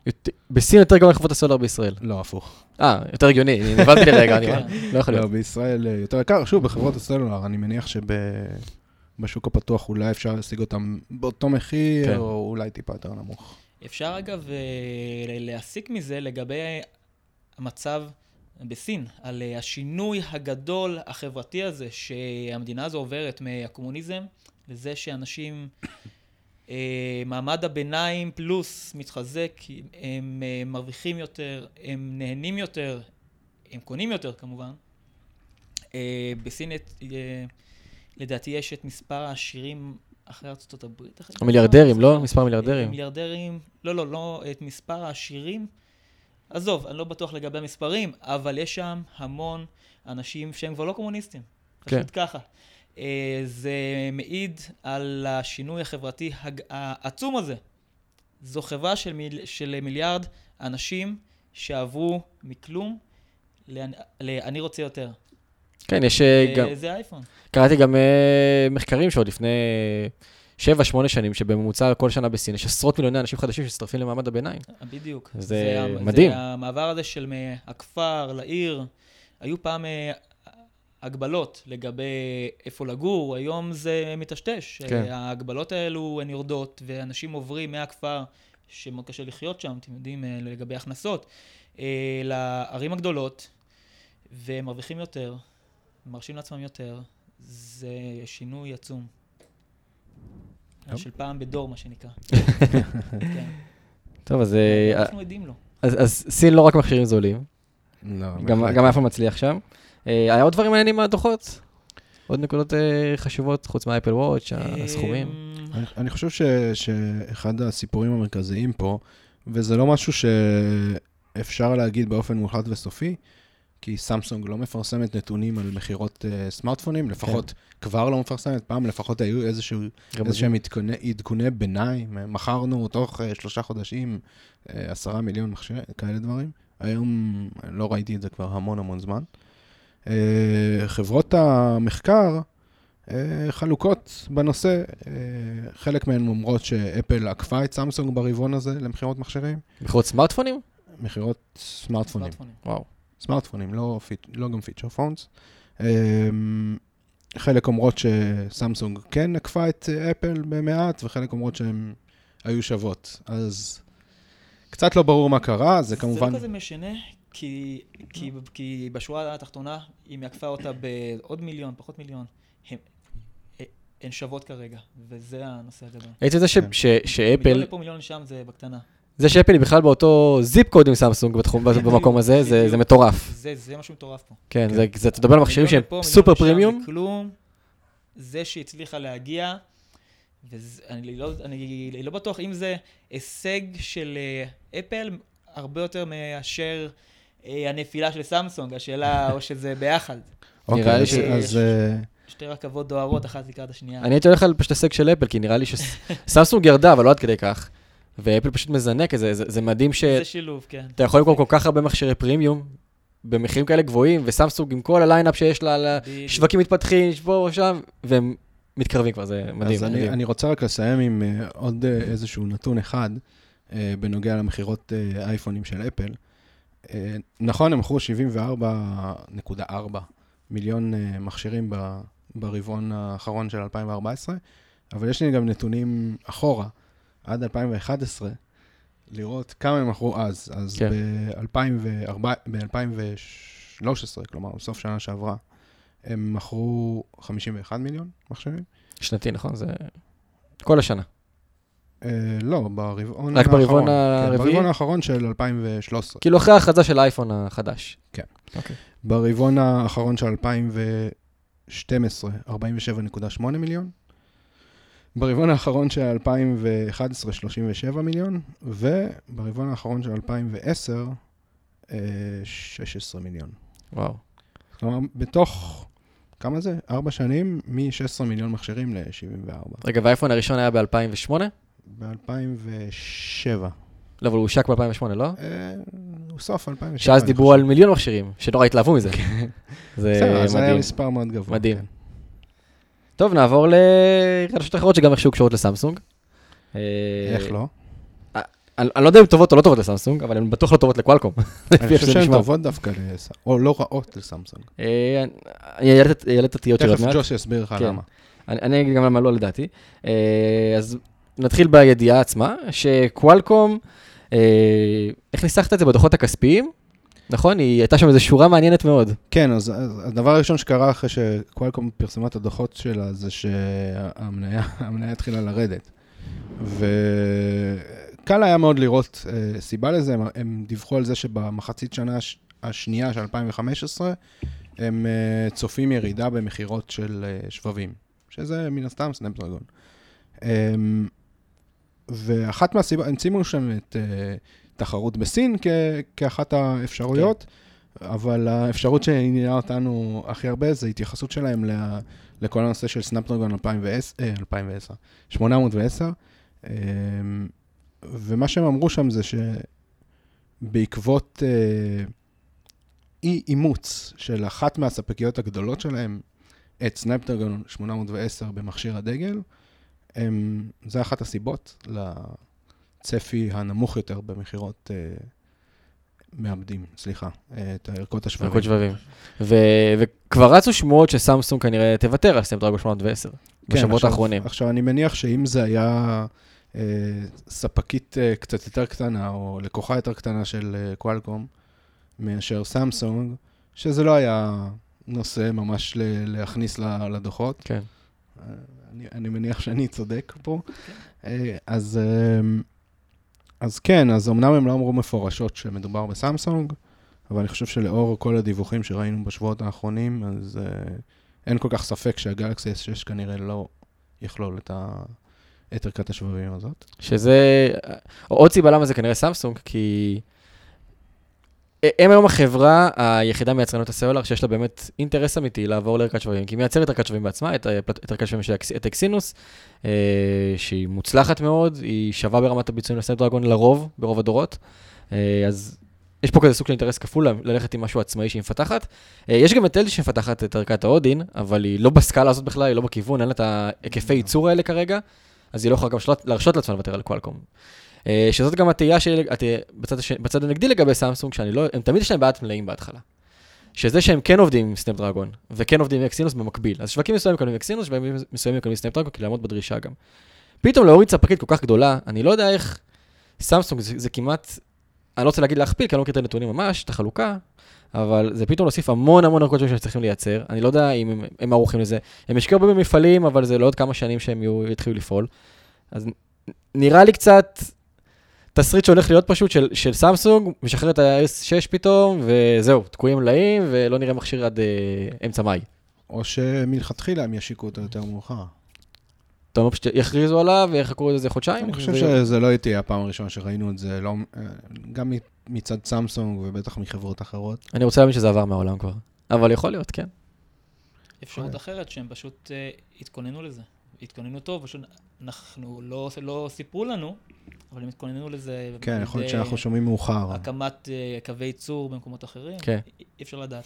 בסין יותר גדול לחברות הסולר בישראל. לא, הפוך. יותר הגיוני, נבלתי לרגע, אני לא יכול להיות. לא, בישראל יותר יקר. שוב, בחברות הסולר, אני מניח שבשוק הפתוח אולי אפשר להשיג אותם באותו מחיר, או אולי טיפה יותר נמוך. אפשר אגב להסיק מזה לגבי המצב בסין, על השינוי הגדול החברתי הזה שהמדינה הזו עוברת מהקומוניזם, לזה שאנשים, מעמד הביניים פלוס מתחזק, הם מרוויחים יותר, הם נהנים יותר, הם קונים יותר כמובן. בסין לדעתי יש את מספר העשירים אחרי ארצות הברית. המיליארדרים, לא? מספר מיליארדרים. מיליארדרים, לא, את מספר העשירים. עזוב, אני לא בטוח לגבי המספרים, אבל יש שם המון אנשים שהם כבר לא קומוניסטים. פשוט ככה. זה מעיד על השינוי החברתי העצום הזה. זו חברה של מיליארד אנשים שעברו מכלום אני רוצה יותר. כן, יש גם... זה אייפון. קראתי גם מחקרים שעוד לפני 7-8 שנים, שבממוצע כל שנה בסין, יש עשרות מיליוני אנשים חדשים שצטרפים למעמד הביניים. בדיוק. זה מדהים. זה המעבר הזה של מהכפר לעיר. היו פעם הגבלות לגבי איפה לגור, היום זה מטשטש. כן. ההגבלות האלו הן יורדות, ואנשים עוברים מהכפר, שמאוד קשה לחיות שם, אתם יודעים, לגבי הכנסות, לערים הגדולות, והם מרוויחים יותר, מרשים לעצמם יותר. זה שינוי עצום. של פעם בדור, מה שנקרא. כן. טוב, אז... אנחנו עדים לו. אז סין לא רק מכשירים זולים. לא. גם איפה מצליח שם. היה עוד דברים מעניינים מהדוחות? עוד נקודות חשובות, חוץ מהאפל וואץ', הסכומים? אני חושב שאחד הסיפורים המרכזיים פה, וזה לא משהו שאפשר להגיד באופן מוחלט וסופי, כי סמסונג לא מפרסמת נתונים על מחירות סמארטפונים, לפחות כבר לא מפרסמת, פעם לפחות היו איזשהם עדכוני ביניים, מכרנו תוך 3 חודשים 10 מיליון מכשירים, כאלה דברים. היום לא ראיתי את זה כבר המון זמן. חברות המחקר חלוקות בנושא, חלק מהן אומרות שאפל עקפה את סמסונג ברבעון הזה למחירות מכשירים. מחירות סמארטפונים? מחירות סמארטפונים. וואו. סמארטפונים, לא גם פיצ'ר פונס. חלק אומרות שסמסונג כן עקפה את אפל במעט, וחלק אומרות שהן היו שוות. אז קצת לא ברור מה קרה, זה כמובן... זה לא כזה משנה, כי בשורה התחתונה, אם יקפה אותה בעוד מיליון, פחות מיליון, הן שוות כרגע, וזה הנושא הגדול. הייתי זה שאפל... מיליון לפה, מיליון לשם, זה בקטנה. זה שאפל היא בכלל באותו זיפ קוד עם סמסונג במקום הזה, זה מטורף. זה משהו מטורף פה. כן, זה תדבר על מכשירים שהם סופר פרימיום. זה שהצליחה להגיע, ואני לא בטוח אם זה הישג של אפל, הרבה יותר מאשר הנפילה של סמסונג, השאלה או שזה ביחד. נראה לי אז... שתי רכבות דוהרות, אחת לקראת השנייה. אני הייתי הולך על פשוט הישג של אפל, כי נראה לי שסמסונג ירדה, אבל לא עד כדי כך. ואפל פשוט מזנק, זה מדהים זה שילוב, כן. אתה יכול לקרוא כל כך הרבה מכשירי פרימיום, במחירים כאלה גבוהים, וסמסונג עם כל הליינאפ שיש לה, שווקים מתפתחים, פה ושם, והם מתקרבים כבר, זה מדהים. אז אני רוצה רק לסיים עם עוד איזשהו נתון אחד, בנוגע למחירות אייפונים של אפל. נכון, הם מכרו 74.4 מיליון מכשירים ברבעון האחרון של 2014, אבל יש לי גם נתונים אחורה, עד 2011, לראות כמה הם מכרו אז. אז ב-2013, כלומר, בסוף שנה שעברה, הם מכרו 51 מיליון מכשירים. שנתי, נכון? זה כל השנה. לא, ברבעון רק האחרון. ברבעון הרביעי? ברבעון האחרון של 2013. כאילו אחרי ההכרזה של האייפון החדש. כן. ברבעון האחרון של 2012, 47.8 מיליון. ברבעון האחרון של 2011, 37 מיליון, וברבעון האחרון של 2010, 16 מיליון. וואו. כלומר, בתוך, כמה זה? 4 שנים, מ-16 מיליון מכשירים ל-74. רגע, והאייפון הראשון היה ב-2008? ב-2007. לא, אבל הוא הושק ב-2008, לא? הוא סוף 2007. שאז דיברו על מיליון מכשירים, שנורא התלהבו מזה. זה מדהים. זה היה מספר מאוד גבוה. מדהים. טוב, נעבור לרשתות אחרות שגם איכשהו קשורות לסמסונג. איך לא? אני לא יודע אם טובות או לא טובות לסמסונג, אבל הן בטוח לא טובות לקואלקום. אני חושב שהן טובות דווקא או לא רעות לסמסונג. אני אעלה את התהיות שלו. תכף ג'וש יסביר לך למה. אני אגיד גם למה לא לדעתי. אז נתחיל בידיעה עצמה, שקואלקום, איך ניסחת את זה בדוחות הכספיים? נכון? היא הייתה שם איזו שורה מעניינת מאוד. כן, אז הדבר הראשון שקרה אחרי שקואלקום פרסמה את הדוחות שלה, זה שהמניה התחילה לרדת. וקל היה מאוד לראות סיבה לזה, הם דיווחו על זה שבמחצית שנה השנייה של 2015, הם צופים ירידה במחירות של שבבים, שזה מן הסתם סנאפדרגון. ואחת מהסיבה, הם צימו שם את תחרות בסין כאחת האפשרויות, אבל האפשרות שעניינה אותנו הכי הרבה, זה התייחסות שלהם לכל הנושא של סנאפדרגון 810, ומה שהם אמרו שם זה שבעקבות אי אימוץ של אחת מהספקיות הגדולות שלהם, את סנאפדרגון 810 במכשיר הדגל, זה אחת הסיבות לצפי הנמוך יותר במחירות מעבדים, את הערכות השבבים. ערכות שבבים. וכבר רצו שמועות שסמסונג כנראה תוותר על סנאפדרגון 810 בשבועות האחרונים. עכשיו אני מניח שאם זה היה ספקית קצת יותר קטנה, או לקוחה יותר קטנה של קואלקום, מאשר סמסונג, שזה לא היה נושא ממש להכניס לדוחות. כן. אני מניח שאני צודק פה. אז כן, אז אמנם הם לא אמרו מפורשות שמדובר בסמסונג, אבל אני חושב שלאור כל הדיווחים שראינו בשבועות האחרונים, אז אין כל כך ספק שהגלקסי S6 כנראה לא יכלול את ערכת השבבים הזאת. שזה, עוד סיבה למה זה כנראה סמסונג, כי הם היום החברה היחידה מיצרנות הסלולר שיש לה באמת אינטרס אמיתי לעבור לערכת שבבים, כי היא מייצרת ערכת שבבים בעצמה, את ערכת שבבים של אקסינוס, שהיא מוצלחת מאוד, היא שווה ברמת הביצועים לסנאפדרגון לרוב, ברוב הדורות, אז יש פה כזה סוג של אינטרס כפול ללכת עם משהו עצמאי שהיא מפתחת. יש גם את LG שמפתחת את ערכת האודין, אבל היא לא בסקאלה הזאת בכלל, היא לא בכיוון, אין לה את ההיקפי ייצור האלה כרגע, אז היא לא יכולה גם להרשות לעצמה לוותר על קואלקום. שזאת גם התהייה בצד הנגדי לגבי סמסונג, הם תמיד יש להם בעיית מלאים בהתחלה. שזה שהם כן עובדים עם סנאפדרגון, וכן עובדים עם אקסינוס במקביל. אז שווקים מסוימים קונים אקסינוס, שווקים מסוימים קונים סנאפדרגון, כדי לעמוד בדרישה גם. פתאום להוריד ספקית כל כך גדולה, אני לא יודע איך סמסונג זה כמעט, אני לא רוצה להגיד להכפיל, כי אני לא מכיר את הנתונים ממש, את החלוקה, אבל זה פתאום להוסיף המון ערכות שהם צריכים לייצר. אני לא יודע אם הם ערוכים לזה. הם השקיעו במפעלים, אבל זה לא עוד כמה שנים שהם יתחילו לפעול. אז נראה לי קצת תסריט שהולך להיות פשוט של סמסונג, משחרר את ה-S6 פתאום, וזהו, תקועים מלאים, ולא נראה מכשיר עד אמצע מאי. או שמלכתחילה הם ישיקו אותו יותר מאוחר. אתה אומר פשוט יכריזו עליו ויחכו איזה חודשיים? אני חושב שזה לא תהיה הפעם הראשונה שראינו את זה, גם מצד סמסונג ובטח מחברות אחרות. אני רוצה להאמין שזה עבר מהעולם כבר, אבל יכול להיות, כן. אפשרות אחרת שהם פשוט התכוננו לזה. התכוננו טוב, פשוט אנחנו לא סיפרו לנו, אבל הם התכוננו לזה. כן, יכול להיות שאנחנו שומעים מאוחר. הקמת קווי ייצור במקומות אחרים, כן. אי אפשר לדעת.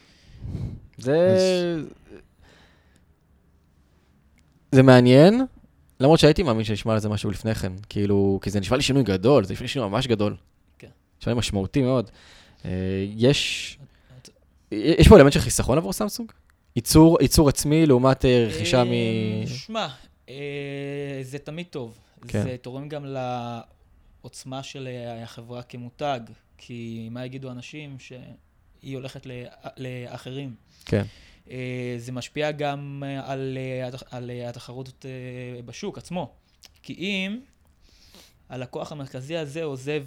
זה מעניין, למרות שהייתי מאמין שנשמע על זה משהו לפני כן, כאילו, כי זה נשמע לי שינוי גדול, זה נשמע לי שינוי ממש גדול. כן. נשמע לי משמעותי מאוד. יש פה אלמנט של חיסכון עבור סמסונג? ייצור עצמי לעומת רכישה שמע, זה תמיד טוב. זה תורם גם לעוצמה של החברה כמותג, כי מה יגידו אנשים שהיא הולכת לאחרים. כן. זה משפיע גם על התחרות בשוק עצמו. כי אם הלקוח המרכזי הזה עוזב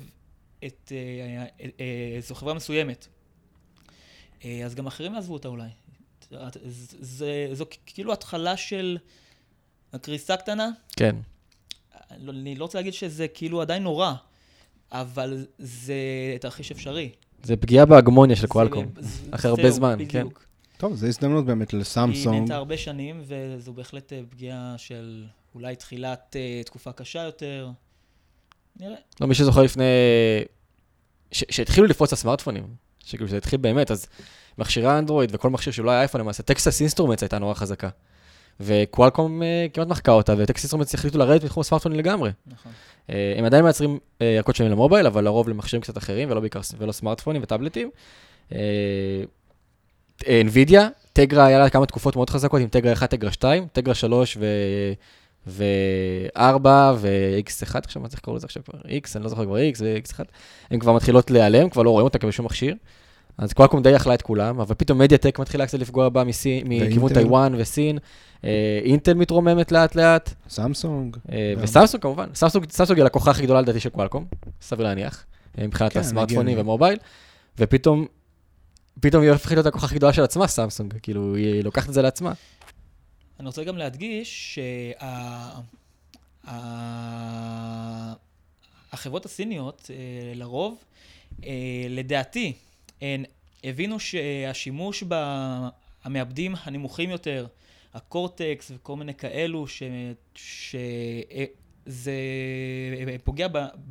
זו חברה מסוימת, אז גם אחרים יעזבו אותה אולי. זו כאילו התחלה של קריסה קטנה. כן. אני לא רוצה להגיד שזה כאילו עדיין נורא, אבל זה תרחיש אפשרי. זה פגיעה בהגמוניה של קואלקום, אחרי הרבה זמן, כן. טוב, זו הזדמנות באמת לסמסונג. היא נהנתה הרבה שנים, וזו בהחלט פגיעה של אולי תחילת תקופה קשה יותר. נראה. לא, מי שזוכר לפני, שהתחילו לפרוץ הסמארטפונים, שכאילו שזה התחיל באמת, אז מכשירי אנדרואיד וכל מכשיר שלא היה אייפון למעשה, טקסס אינסטרומנטס הייתה נורא חזקה. וקואלקום כמעט מחקה אותה, וטקסט החליטו לרדת מתחום הסמארטפונים לגמרי. נכון. הם עדיין מייצרים ערכות שלהם למובייל, אבל לרוב למכשירים קצת אחרים, ולא סמארטפונים וטאבלטים. NVIDIA, טגרה היה לה כמה תקופות מאוד חזקות, עם טגרה 1, טגרה 2, טגרה 3 ו4 ו-X1, עכשיו מה צריך לקרוא לזה עכשיו כבר? X, אני לא זוכר כבר X ו-X1, הן כבר מתחילות להיעלם, כבר לא רואים אותה בשום מכשיר. אז קואלקום די אכלה את כולם, אבל פתאום מדיאטק מתחילה קצת לפגוע בה מכיוון טיואן וסין, אינטל מתרוממת לאט לאט. סמסונג. וסמסונג כמובן, סמסונג היא לקוחה הכי גדולה לדעתי של קואלקום, סביר להניח, מבחינת הסמארטפונים ומובייל, ופתאום היא הופכת להיות לקוחה הכי גדולה של עצמה, סמסונג, כאילו היא לוקחת את זה לעצמה. אני רוצה גם להדגיש שהחברות הסיניות, לרוב, לדעתי, הן הבינו שהשימוש במעבדים הנמוכים יותר, הקורטקס וכל מיני כאלו, שזה פוגע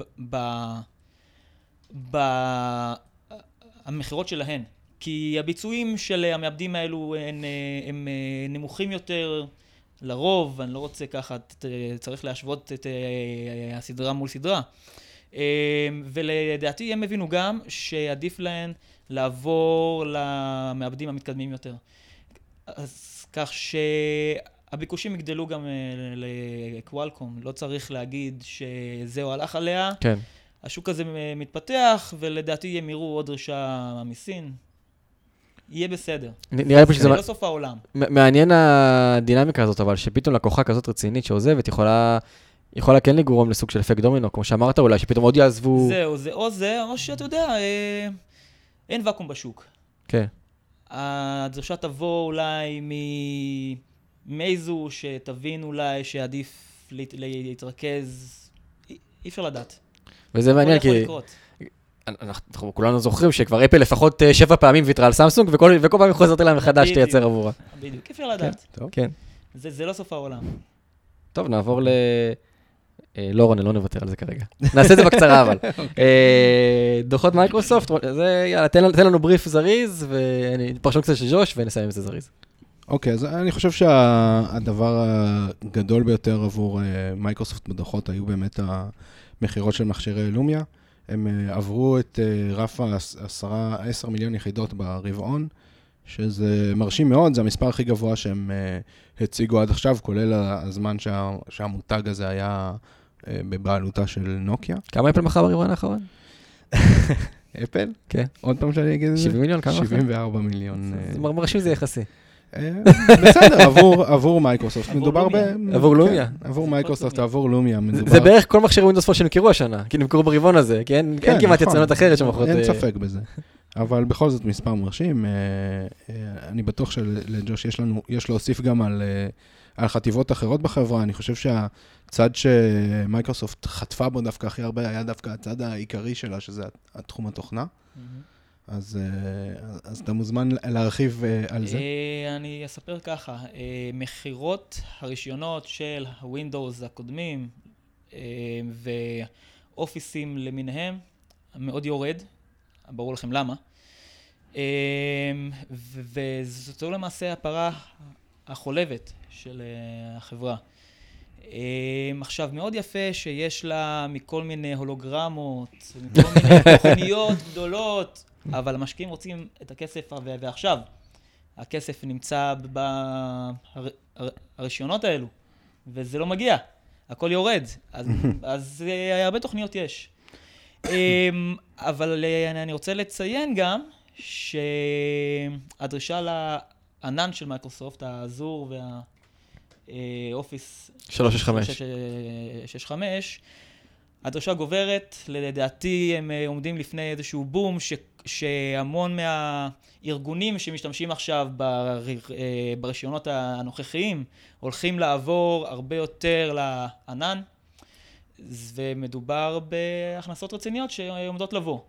במחירות שלהן. כי הביצועים של המעבדים האלו הם נמוכים יותר לרוב, אני לא רוצה ככה, צריך להשוות את הסדרה מול סדרה. ולדעתי הם הבינו גם שעדיף להן לעבור למעבדים המתקדמים יותר. אז כך שהביקושים יגדלו גם לקואלקום, לא צריך להגיד שזהו הלך עליה. כן. השוק הזה מתפתח, ולדעתי הם יראו עוד דרישה מסין. יהיה בסדר. נראה לי שזה לא סוף העולם. מעניין הדינמיקה הזאת, אבל שפתאום לקוחה כזאת רצינית שעוזבת, יכולה כן לגרום לסוג של אפקט דומינו, כמו שאמרת אולי, שפתאום עוד יעזבו... זהו, זה, או שאתה יודע, אין ואקום בשוק. כן. הדרישה תבוא אולי מאיזו שתבין אולי שעדיף להתרכז, אי אפשר לדעת. וזה מעניין כי... אנחנו כולנו זוכרים שכבר אפל לפחות 7 פעמים ויתרה על סמסונג, וכל פעם היא חוזרת אליהם מחדש תייצר עבורה. בדיוק, אפשר לדעת. כן. זה לא סוף העולם. טוב, נעבור לא רונה, לא נוותר על זה כרגע. נעשה את זה בקצרה אבל. דוחות מייקרוסופט, יאללה, תן לנו בריף זריז, ופרשון קצת של ג'וש, ונסיים עם זה זריז. אוקיי, אז אני חושב שהדבר הגדול ביותר עבור מייקרוסופט בדוחות היו באמת המחירות של מכשירי לומיה. הם עברו את רף 10 מיליון יחידות ברבעון, שזה מרשים מאוד, זה המספר הכי גבוה שהם הציגו עד עכשיו, כולל הזמן שהמותג הזה היה בבעלותה של נוקיה. כמה אפל מחר ברבעון האחרון? אפל? כן. עוד פעם שאני אגיד את זה? 70 מיליון, כמה? 74 מיליון. מרשים זה יחסי. בסדר, עבור מייקרוסופט, מדובר עבור לומיה. עבור מייקרוסופט, עבור לומיה. זה בערך כל מכשיר ווינדוס פון שנמכרו השנה, כי נמכרו ברבעון הזה, כי אין כמעט יצרנות אחרת שמוכרות... אין ספק בזה. אבל בכל זאת מספר מרשים. אני בטוח שלג'וש יש להוסיף גם על חטיבות אחרות בחברה. אני חושב שהצד שמייקרוסופט חטפה בו דווקא הכי הרבה, היה דווקא הצד העיקרי שלה, שזה התחום התוכנה. אז אתה מוזמן להרחיב על זה. אני אספר ככה, מחירות הרישיונות של הווינדוס הקודמים ואופיסים למיניהם מאוד יורד, ברור לכם למה, וזו למעשה הפרה החולבת של החברה. עכשיו, מאוד יפה שיש לה מכל מיני הולוגרמות, מכל מיני תוכניות גדולות, אבל המשקיעים רוצים את הכסף ועכשיו. הכסף נמצא ברישיונות האלו, וזה לא מגיע. הכל יורד. אז הרבה תוכניות יש. אבל אני רוצה לציין גם שהדרישה לענן של מייקרוסופט, האזור והאופיס 365, הדרישה גוברת, לדעתי הם עומדים לפני איזשהו בום שהמון מהארגונים שמשתמשים עכשיו ברישיונות הנוכחיים הולכים לעבור הרבה יותר לענן, ומדובר בהכנסות רציניות שעומדות לבוא.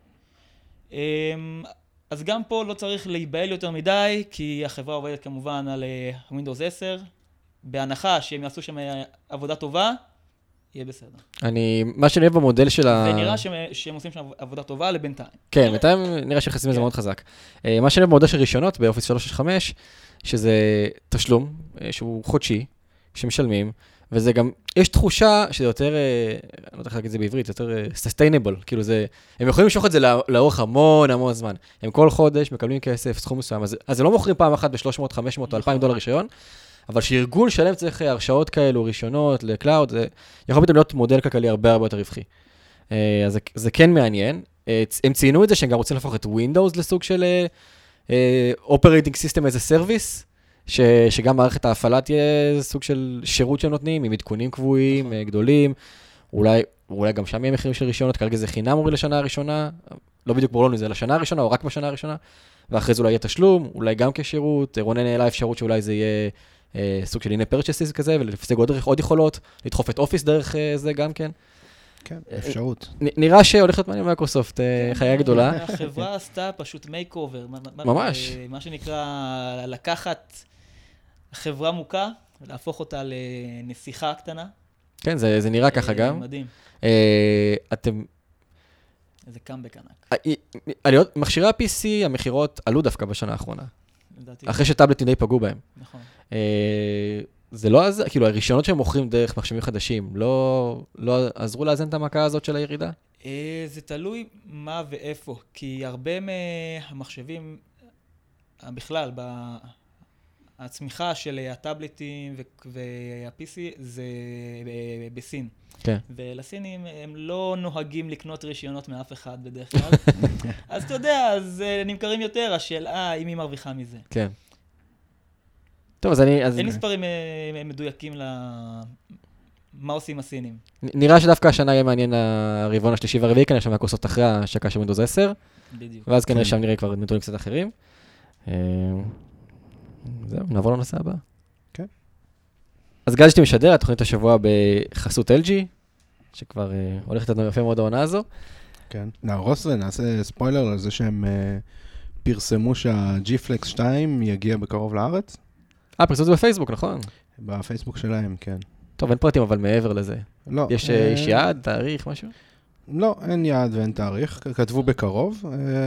אז גם פה לא צריך להיבהל יותר מדי, כי החברה עובדת כמובן על Windows 10, בהנחה שהם יעשו שם עבודה טובה, יהיה בסדר. מה שאני אוהב במודל של ונראה שהם עושים שם עבודה טובה לבינתיים. כן, בינתיים נראה שיחסים לזה מאוד חזק. מה שאני אוהב במודל של רישיונות באופיס 365, שזה תשלום שהוא חודשי, שמשלמים, וזה גם, יש תחושה שזה יותר, אני לא יודע איך להגיד את זה בעברית, יותר sustainable, כאילו זה, הם יכולים למשוך את זה לאורך המון המון זמן. הם כל חודש מקבלים כסף, סכום מסוים, אז זה לא מוכרים פעם אחת ב-300, 500 או $2,000 רישיון, אבל שארגון שלם צריך הרשאות כאלו, רישיונות לקלאוד, זה יכול פתאום להיות מודל כלכלי הרבה הרבה יותר רווחי. אז זה כן מעניין. הם ציינו את זה שהם גם רוצים להפוך את Windows לסוג של Operating System as a Service, שגם מערכת ההפעלה תהיה סוג של שירות שהם נותנים, עם עדכונים קבועים, גדולים, אולי גם שם יהיה מחירים של רישיונות, כרגע זה חינם אורי לשנה הראשונה, לא בדיוק ברור לנו זה לשנה הראשונה, או רק בשנה הראשונה, ואחרי זה אולי יהיה תשלום, אולי גם כשירות, רונן העלה אפשרות שאולי זה יהיה סוג של in-app purchases כזה, ולפסק עוד יכולות, לדחוף את אופיס דרך זה גם כן. כן, אפשרות. נראה שהולכת מעניין מייקרוסופט, חיה גדולה. החברה עשתה פשוט מייק-אובר. ממש. מה שנקרא לקחת חברה מוכה, ולהפוך אותה לנסיכה קטנה. כן, זה נראה ככה גם. מדהים. אתם... איזה קאמבק ענק. מכשירי ה-PC, המחירות עלו דווקא בשנה האחרונה. אחרי שטאבלטים די פגעו בהם. נכון. זה לא, כאילו, הראשונות שהם מוכרים דרך מחשבים חדשים, לא עזרו לאזן את המכה הזאת של הירידה? זה תלוי מה ואיפה, כי הרבה מהמחשבים, בכלל, הצמיחה של הטאבלטים וה-PC זה בסין. כן. ולסינים הם לא נוהגים לקנות רישיונות מאף אחד בדרך כלל. אז אתה יודע, אז נמכרים יותר, השאלה אם היא מרוויחה מזה. כן. טוב, אז אני... אין מספרים מדויקים מה עושים הסינים. נראה שדווקא השנה יהיה מעניין הרבעון השלישי והרביעי, כנראה שם מהקורסות אחרי השקה של Windows 10. בדיוק. ואז כנראה שם נראה כבר נתונים קצת אחרים. זהו, נעבור לנושא הבא. כן. אז גלשתי משדר, התוכנית השבוע בחסות LG, שכבר הולכת לנו יפה מאוד העונה הזו. כן. נהרוס ונעשה ספוילר על זה שהם פרסמו שה-G-Flex 2 יגיע בקרוב לארץ. פרסמו את זה בפייסבוק, נכון? בפייסבוק שלהם, כן. טוב, אין פרטים, אבל מעבר לזה. לא. יש יעד, תאריך, משהו? לא, אין יעד ואין תאריך. כתבו בקרוב.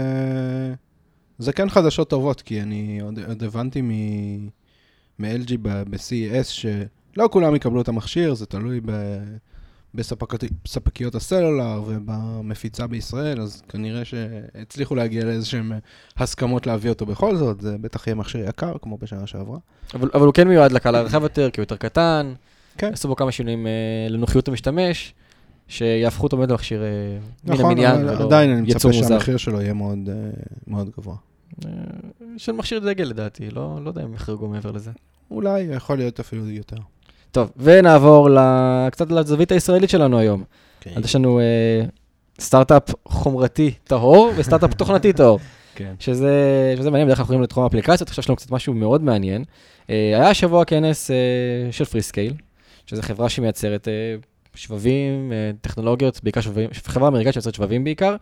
זה כן חדשות טובות, כי אני עוד הבנתי מ-LG ב-CES שלא כולם יקבלו את המכשיר, זה תלוי בספקיות הסלולר ובמפיצה בישראל, אז כנראה שהצליחו להגיע לאיזשהם הסכמות להביא אותו בכל זאת, זה בטח יהיה מכשיר יקר, כמו בשנה שעברה. אבל הוא כן מיועד לקהל הרחב יותר, כי הוא יותר קטן, כן. עשו בו כמה שינויים לנוחיות המשתמש, שיהפכו אותו באמת למכשיר מן נכון, המניין, אבל עדיין אני מצפה מוזר. שהמחיר שלו יהיה מאוד, מאוד גבוה. של מכשיר דגל לדעתי, לא יודע אם יחרגו מעבר לזה. אולי יכול להיות אפילו יותר. טוב, ונעבור קצת לזווית הישראלית שלנו היום. אז יש לנו סטארט-אפ חומרתי טהור וסטארט-אפ תוכנתי טהור. כן. שזה מעניין, בדרך כלל אנחנו יכולים לתחום האפליקציות, עכשיו יש לנו קצת משהו מאוד מעניין. היה השבוע כנס של פריסקייל, שזו חברה שמייצרת שבבים, טכנולוגיות, בעיקר שבבים, חברה אמריקאית שמייצרת שבבים בעיקר,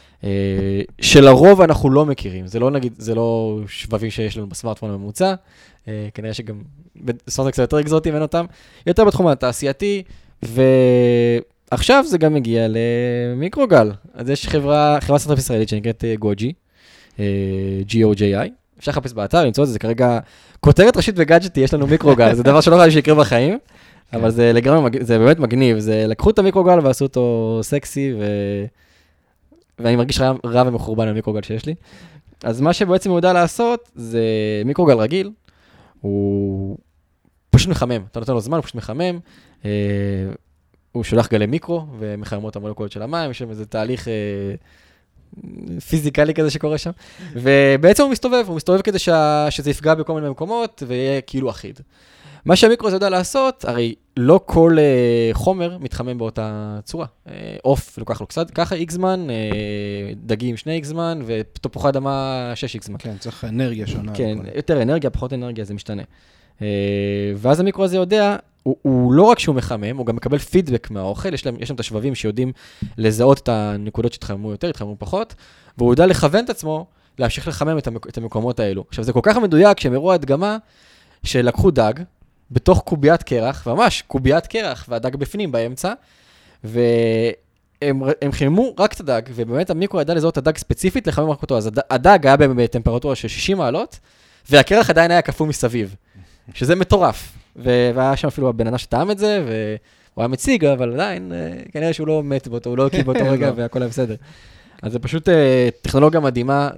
שלרוב אנחנו לא מכירים. זה לא נגיד, זה לא שבבים שיש לנו בסמארטפון הממוצע, כנראה שגם בסמארטפון קצת יותר אקזוטיים אין אותם, יותר בתחום התעשייתי, ועכשיו זה גם מגיע למיקרוגל. אז יש חברה סטארט-אפ ישראלית שנקראת גוג'י, G-O-J-I, אפשר לחפש באתר, למצוא את זה, זה כרגע כותרת ראשית בגאדג'טי, יש לנו מיקרוגל, זה דבר שלא חייב שיקרה בחיים, אבל זה לגמרי, זה באמת מגניב, זה לקחו את המיקרוגל ועשו אותו סקסי, ואני מרגיש רע ומחורבן על מיקרוגל שיש לי. אז מה שבעצם הוא יודע לעשות, זה מיקרוגל רגיל, הוא פשוט מחמם, אתה נותן לו זמן, הוא פשוט מחמם, הוא שולח גלי מיקרו, ומחמם את המולקולות של המים, יש שם איזה תהליך פיזיקלי כזה שקורה שם, ובעצם הוא מסתובב כדי שזה יפגע בכל מיני מקומות, ויהיה כאילו אחיד. מה שהמיקרו הזה יודע לעשות, הרי לא כל חומר מתחמם באותה צורה. עוף לוקח לו קצת, ככה X זמן, דגים 2X זמן, ותפוחי אדמה 6X זמן. כן, צריך אנרגיה שונה. כן, יותר אנרגיה, פחות אנרגיה, זה משתנה. ואז המיקרו הזה יודע, הוא לא רק שהוא מחמם, הוא גם מקבל פידבק מהאוכל, יש להם את השבבים שיודעים לזהות את הנקודות שהתחממו יותר, התחממו פחות, והוא יודע לכוון את עצמו, להמשיך לחמם את המקומות האלו. עכשיו, זה כל כך מדויק שהם הראו הדגמה שלקחו דג, בתוך קוביית קרח, ממש קוביית קרח, והדג בפנים באמצע, והם חיממו רק את הדג, ובאמת המיקרו ידע לזהות את הדג ספציפית, לחמם רק אותו, אז הדג היה בטמפרטורה של 60 מעלות, והקרח עדיין היה קפוא מסביב, שזה מטורף. והיה שם אפילו הבן אדם שטעם את זה, והוא היה מציג, אבל עדיין, כנראה שהוא לא מת באותו, הוא לא הקים באותו רגע, והכל היה בסדר. אז זה פשוט טכנולוגיה מדהימה,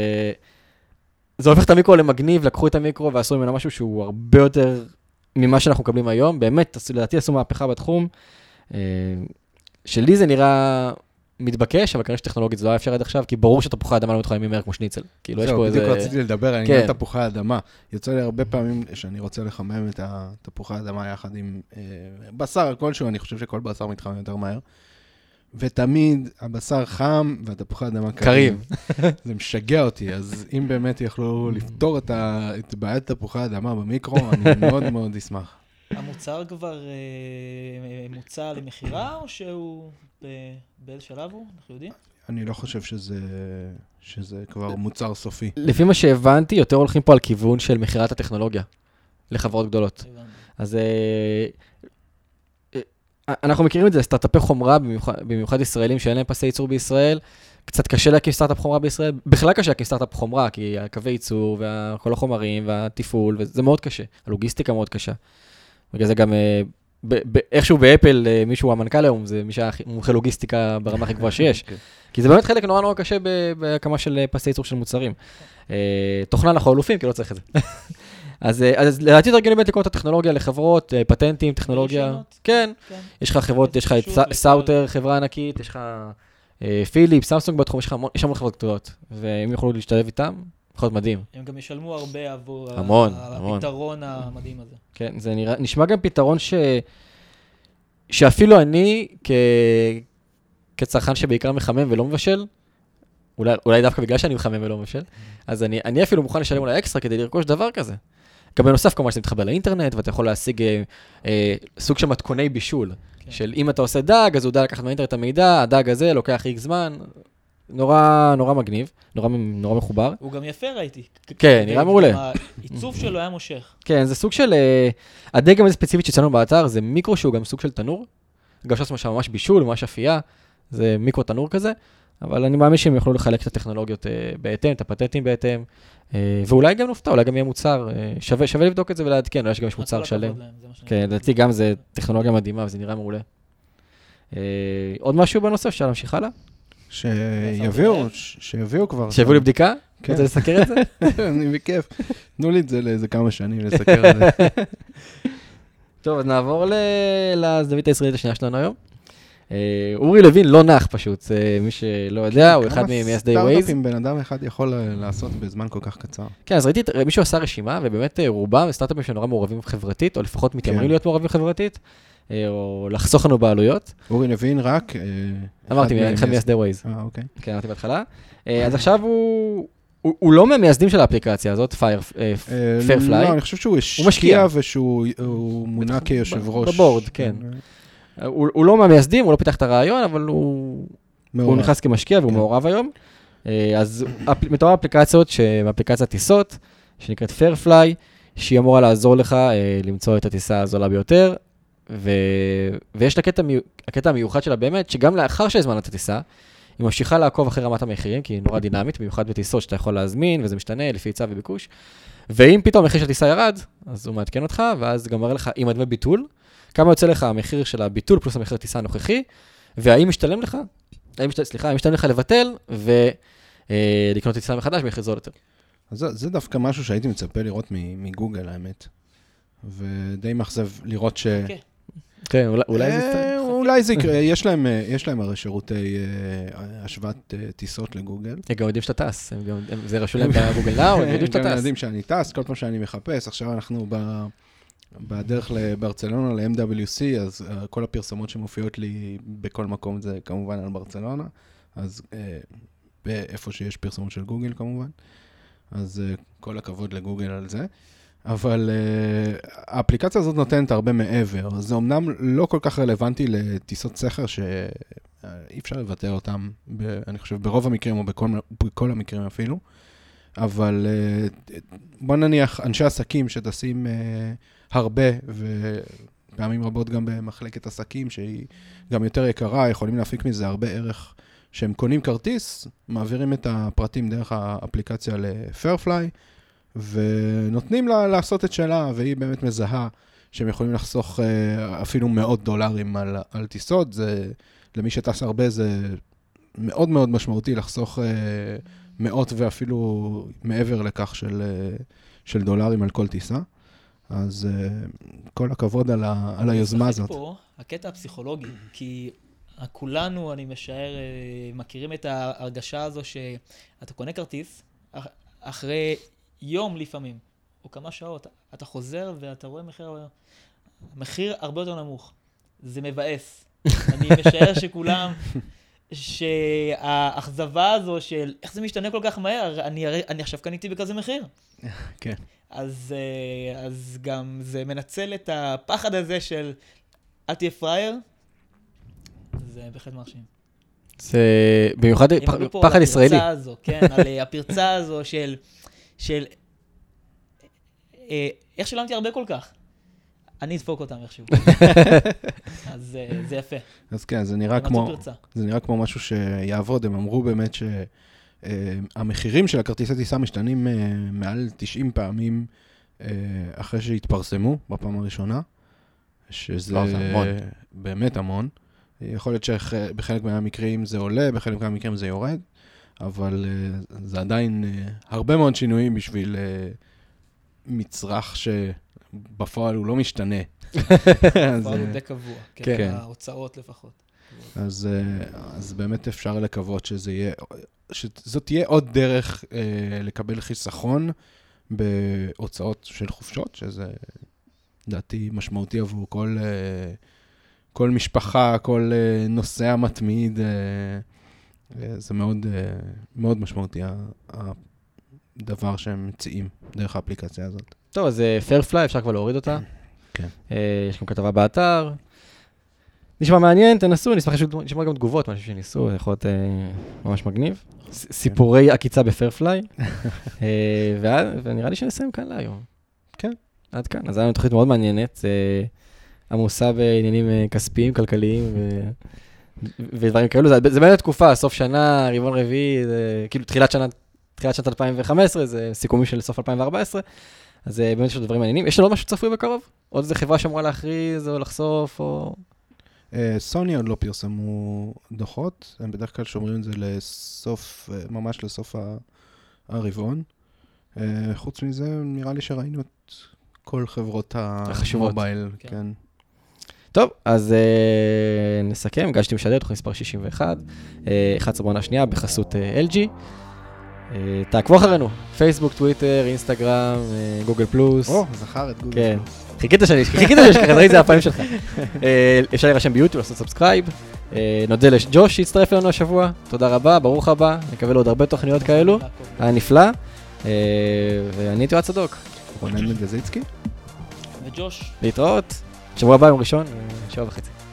זה הופך את המיקרו למגניב, לקחו את המיקרו ועשו ממנו משהו שהוא הרבה יותר ממה שאנחנו מקבלים היום. באמת, לדעתי עשו מהפכה בתחום, שלי זה נראה מתבקש, אבל כנראה שטכנולוגית זה לא היה אפשר עד עכשיו, כי ברור שתפוחי האדמה לא מתחיימים מהר כמו שניצל. זהו, בדיוק רציתי לדבר על עניין תפוחי האדמה. יוצא לי הרבה פעמים שאני רוצה לחמם את התפוחי האדמה יחד עם בשר כלשהו, אני חושב שכל בשר מתחמם יותר מהר. ותמיד הבשר חם והתפוחי האדמה קרים. זה משגע אותי, אז אם באמת יכלו לפתור את בעיית תפוחי האדמה במיקרו, אני מאוד מאוד אשמח. המוצר כבר מוצע למחירה, או שהוא באיזה שלב הוא? אנחנו יודעים? אני לא חושב שזה כבר מוצר סופי. לפי מה שהבנתי, יותר הולכים פה על כיוון של מחירת הטכנולוגיה לחברות גדולות. אז אנחנו מכירים את זה, סטארט-אפי חומרה, במיוחד ישראלים שאין להם פסי ייצור בישראל, קצת קשה להקים סטארט-אפ חומרה בישראל, בכלל קשה להקים סטארט-אפ חומרה, כי הקווי ייצור וכל החומרים והטיפול, וזה מאוד קשה, הלוגיסטיקה מאוד קשה. בגלל זה גם, איכשהו באפל, מישהו המנכ"ל היום, זה מי שהיה מומחה לוגיסטיקה ברמה הכי גבוהה שיש. כי זה באמת חלק נורא נורא קשה בהקמה של פסי ייצור של מוצרים. תוכנה אנחנו אלופים, כי לא צריך את זה. אז לדעתי תרגלים באמת לקרוא את הטכנולוגיה לחברות, פטנטים, טכנולוגיה. כן. יש לך חברות, יש לך את סאוטר, חברה ענקית, יש לך פיליפ, סמסונג בתחום, יש המון חברות גדולות. ואם יוכלו להשתלב איתם, יכול להיות מדהים. הם גם ישלמו הרבה עבור הפתרון המדהים הזה. כן, זה נשמע גם פתרון שאפילו אני, כצרכן שבעיקר מחמם ולא מבשל, אולי דווקא בגלל שאני מחמם ולא מבשל, אז אני אפילו מוכן לשלם אולי אקסטרה כדי לרכוש דבר כזה. גם בנוסף, כמובן שאתה מתחבר לאינטרנט, ואתה יכול להשיג סוג של מתכוני בישול, של אם אתה עושה דג, אז הוא יודע לקחת מהאינטרנט המידע, הדג הזה לוקח X זמן, נורא מגניב, נורא מחובר. הוא גם יפה ראיתי. כן, נראה מעולה. העיצוב שלו היה מושך. כן, זה סוג של, הדגם הזה ספציפית שיצאנו באתר, זה מיקרו שהוא גם סוג של תנור, גם שעושים שם ממש בישול, ממש אפייה, זה מיקרו תנור כזה, אבל אני מאמין שהם יוכלו לחלק את הטכנולוגיות בהתאם, את הפטנטים בהתאם, ואולי גם נופתע, אולי גם יהיה מוצר, שווה לבדוק את זה ולעדכן, אולי שגם יש מוצר שלם. כן, לדעתי גם זה טכנולוגיה מדהימה וזה נראה מעולה. עוד משהו בנושא, אפשר להמשיך הלאה? שיביאו כבר. שיביאו לי בדיקה? רוצה לסקר את זה? אני בכיף. תנו לי את זה לאיזה כמה שנים לסקר את זה. טוב, אז נעבור לזווית הישראלית השנייה שלנו היום. אורי לוין לא נח פשוט, מי שלא יודע, הוא אחד ממייסדי ווייז. כמה סטארט-אפים בן אדם אחד יכול לעשות בזמן כל כך קצר. כן, אז ראיתי, מישהו עשה רשימה, ובאמת רובם סטארט-אפים שנורא מעורבים חברתית, או לפחות מתיימרים להיות מעורבים חברתית, או לחסוך לנו בעלויות. אורי לוין רק... אמרתי, אחד מייסדי ווייז. אוקיי. כן, אמרתי בהתחלה. אז עכשיו הוא לא מהמייסדים של האפליקציה הזאת, Firefly. לא, אני חושב שהוא השקיע ושהוא מונה כיושב ראש. בבורד, כן. הוא לא מהמייסדים, הוא לא פיתח את הרעיון, אבל הוא נכנס כמשקיע והוא מעורב היום. אז מתואר אפליקציות, אפליקציית טיסות, שנקראת Firefly, שהיא אמורה לעזור לך למצוא את הטיסה הזולה ביותר, ויש לה הקטע המיוחד שלה באמת, שגם לאחר שהזמנת את הטיסה, היא ממשיכה לעקוב אחרי רמת המחירים, כי היא נורא דינמית, במיוחד בטיסות שאתה יכול להזמין, וזה משתנה לפי היצע וביקוש. ואם פתאום המחיר של הטיסה ירד, אז הוא מעדכן אותך, ואז גם מראה לך עם הדמי ביטול, כמה יוצא לך המחיר של הביטול פלוס המחיר הטיסה הנוכחי, והאם משתלם לך, האם משתלם לך לבטל, ולקנות טיסה מחדש במחיר זול יותר. אז זה דווקא משהו שהייתי מצפה לראות מגוגל, האמת. ודי מחזב לראות ש... כן, אולי זה יצטרך. אולי זה יקרה, יש להם הרי שירותי השוואת טיסות לגוגל. הם גם יודעים שאתה טס, זה רשום להם בגוגל נאו, הם יודעים שאתה טס. הם יודעים שאני טס, כל פעם שאני מחפש, עכשיו אנחנו בדרך לברצלונה, ל-MWC, אז כל הפרסומות שמופיעות לי בכל מקום זה כמובן על ברצלונה, אז באיפה שיש פרסומות של גוגל כמובן, אז כל הכבוד לגוגל על זה. אבל האפליקציה הזאת נותנת הרבה מעבר. זה אמנם לא כל כך רלוונטי לטיסות סחר שאי אפשר לבטל אותם, אני חושב, ברוב המקרים או בכל המקרים אפילו. אבל בוא נניח אנשי עסקים שטסים הרבה, ופעמים רבות גם במחלקת עסקים שהיא גם יותר יקרה, יכולים להפיק מזה הרבה ערך. שהם קונים כרטיס, מעבירים את הפרטים דרך האפליקציה ל-Firefly, ונותנים לה לעשות את שלה, והיא באמת מזהה שהם יכולים לחסוך אפילו $100 על טיסות. למי שטס הרבה זה מאוד מאוד משמעותי לחסוך מאות ואפילו מעבר לכך של דולרים על כל טיסה. אז כל הכבוד על היוזמה הזאת. פה הקטע הפסיכולוגי, כי כולנו, אני משער, מכירים את ההרגשה הזו שאתה קונה כרטיס, אחרי יום לפעמים, או כמה שעות, אתה חוזר ואתה רואה מחיר הרבה יותר נמוך. זה מבאס. אני משער שכולם, שהאכזבה הזו של איך זה משתנה כל כך מהר, אני עכשיו קניתי בכזה מחיר. כן. אז גם זה מנצל את הפחד הזה של אל תהיה פרייר, זה בהחלט מרשים. זה במיוחד פחד ישראלי. כן, על הפרצה הזו של איך שילמתי הרבה כל כך. אני אדפוק אותם איכשהו. אז זה יפה. אז כן, זה נראה כמו משהו שיעבוד. הם אמרו באמת שהמחירים של הכרטיסי טיסה משתנים מעל 90 פעמים אחרי שהתפרסמו בפעם הראשונה, שזה באמת המון. יכול להיות שבחלק מהמקרים זה עולה, בחלק מהמקרים זה יורד, אבל זה עדיין הרבה מאוד שינויים בשביל מצרך שבפועל הוא לא משתנה. בפועל הוא די קבוע, כן, ההוצאות לפחות. אז באמת אפשר לקוות שזאת תהיה עוד דרך לקבל חיסכון בהוצאות של חופשות, שזה דעתי משמעותי עבור כל משפחה, כל נוסע מתמיד, זה מאוד, מאוד משמעותי הדבר שהם מציעים דרך האפליקציה הזאת. טוב, אז Fairfly, אפשר כבר להוריד אותה. כן. יש גם כתבה באתר. נשמע מעניין, תנסו, נשמח לשמוע גם תגובות, משהו שניסו, זה יכול להיות ממש מגניב. סיפורי עקיצה ב-Fairfly. ונראה לי שנסיים כאן להיום. כן. עד כאן. אז היה לנו תוכנית מאוד מעניינת. עמוסה בעניינים כספיים, כלכליים ודברים כאלו. זה באמת תקופה, סוף שנה, רבעון רביעי, כאילו תחילת שנת 2015, זה סיכומים של סוף 2014. אז באמת יש דברים מעניינים. יש לנו עוד משהו צפוי בקרוב? עוד איזה חברה שאמורה להכריז או לחשוף או... סוני עוד לא פרסמו דוחות, הם בדרך כלל שומרים את זה לסוף, ממש לסוף הרבעון. חוץ מזה, נראה לי שראינו את כל חברות המובייל. כן. טוב, אז נסכם, גשתי משדר, תוכנית מספר 61, 11 בעונה שנייה, בחסות LG. תעקבו אחרינו, פייסבוק, טוויטר, אינסטגרם, גוגל פלוס. זכר את גוגל כן. פלוס. חיכית שככה, ראי זה הפעמים שלך. אפשר להירשם ביוטיוב, לעשות סאבסקרייב. נודה לג'וש שהצטרף לנו השבוע, תודה רבה, ברוך הבא, נקבל עוד הרבה תוכניות כאלו, היה נפלא. ואני הייתי יועד צדוק. רונן מגזיצקי. וג'וש. להתראות, שבוע הבא יום ראשון, 7:30.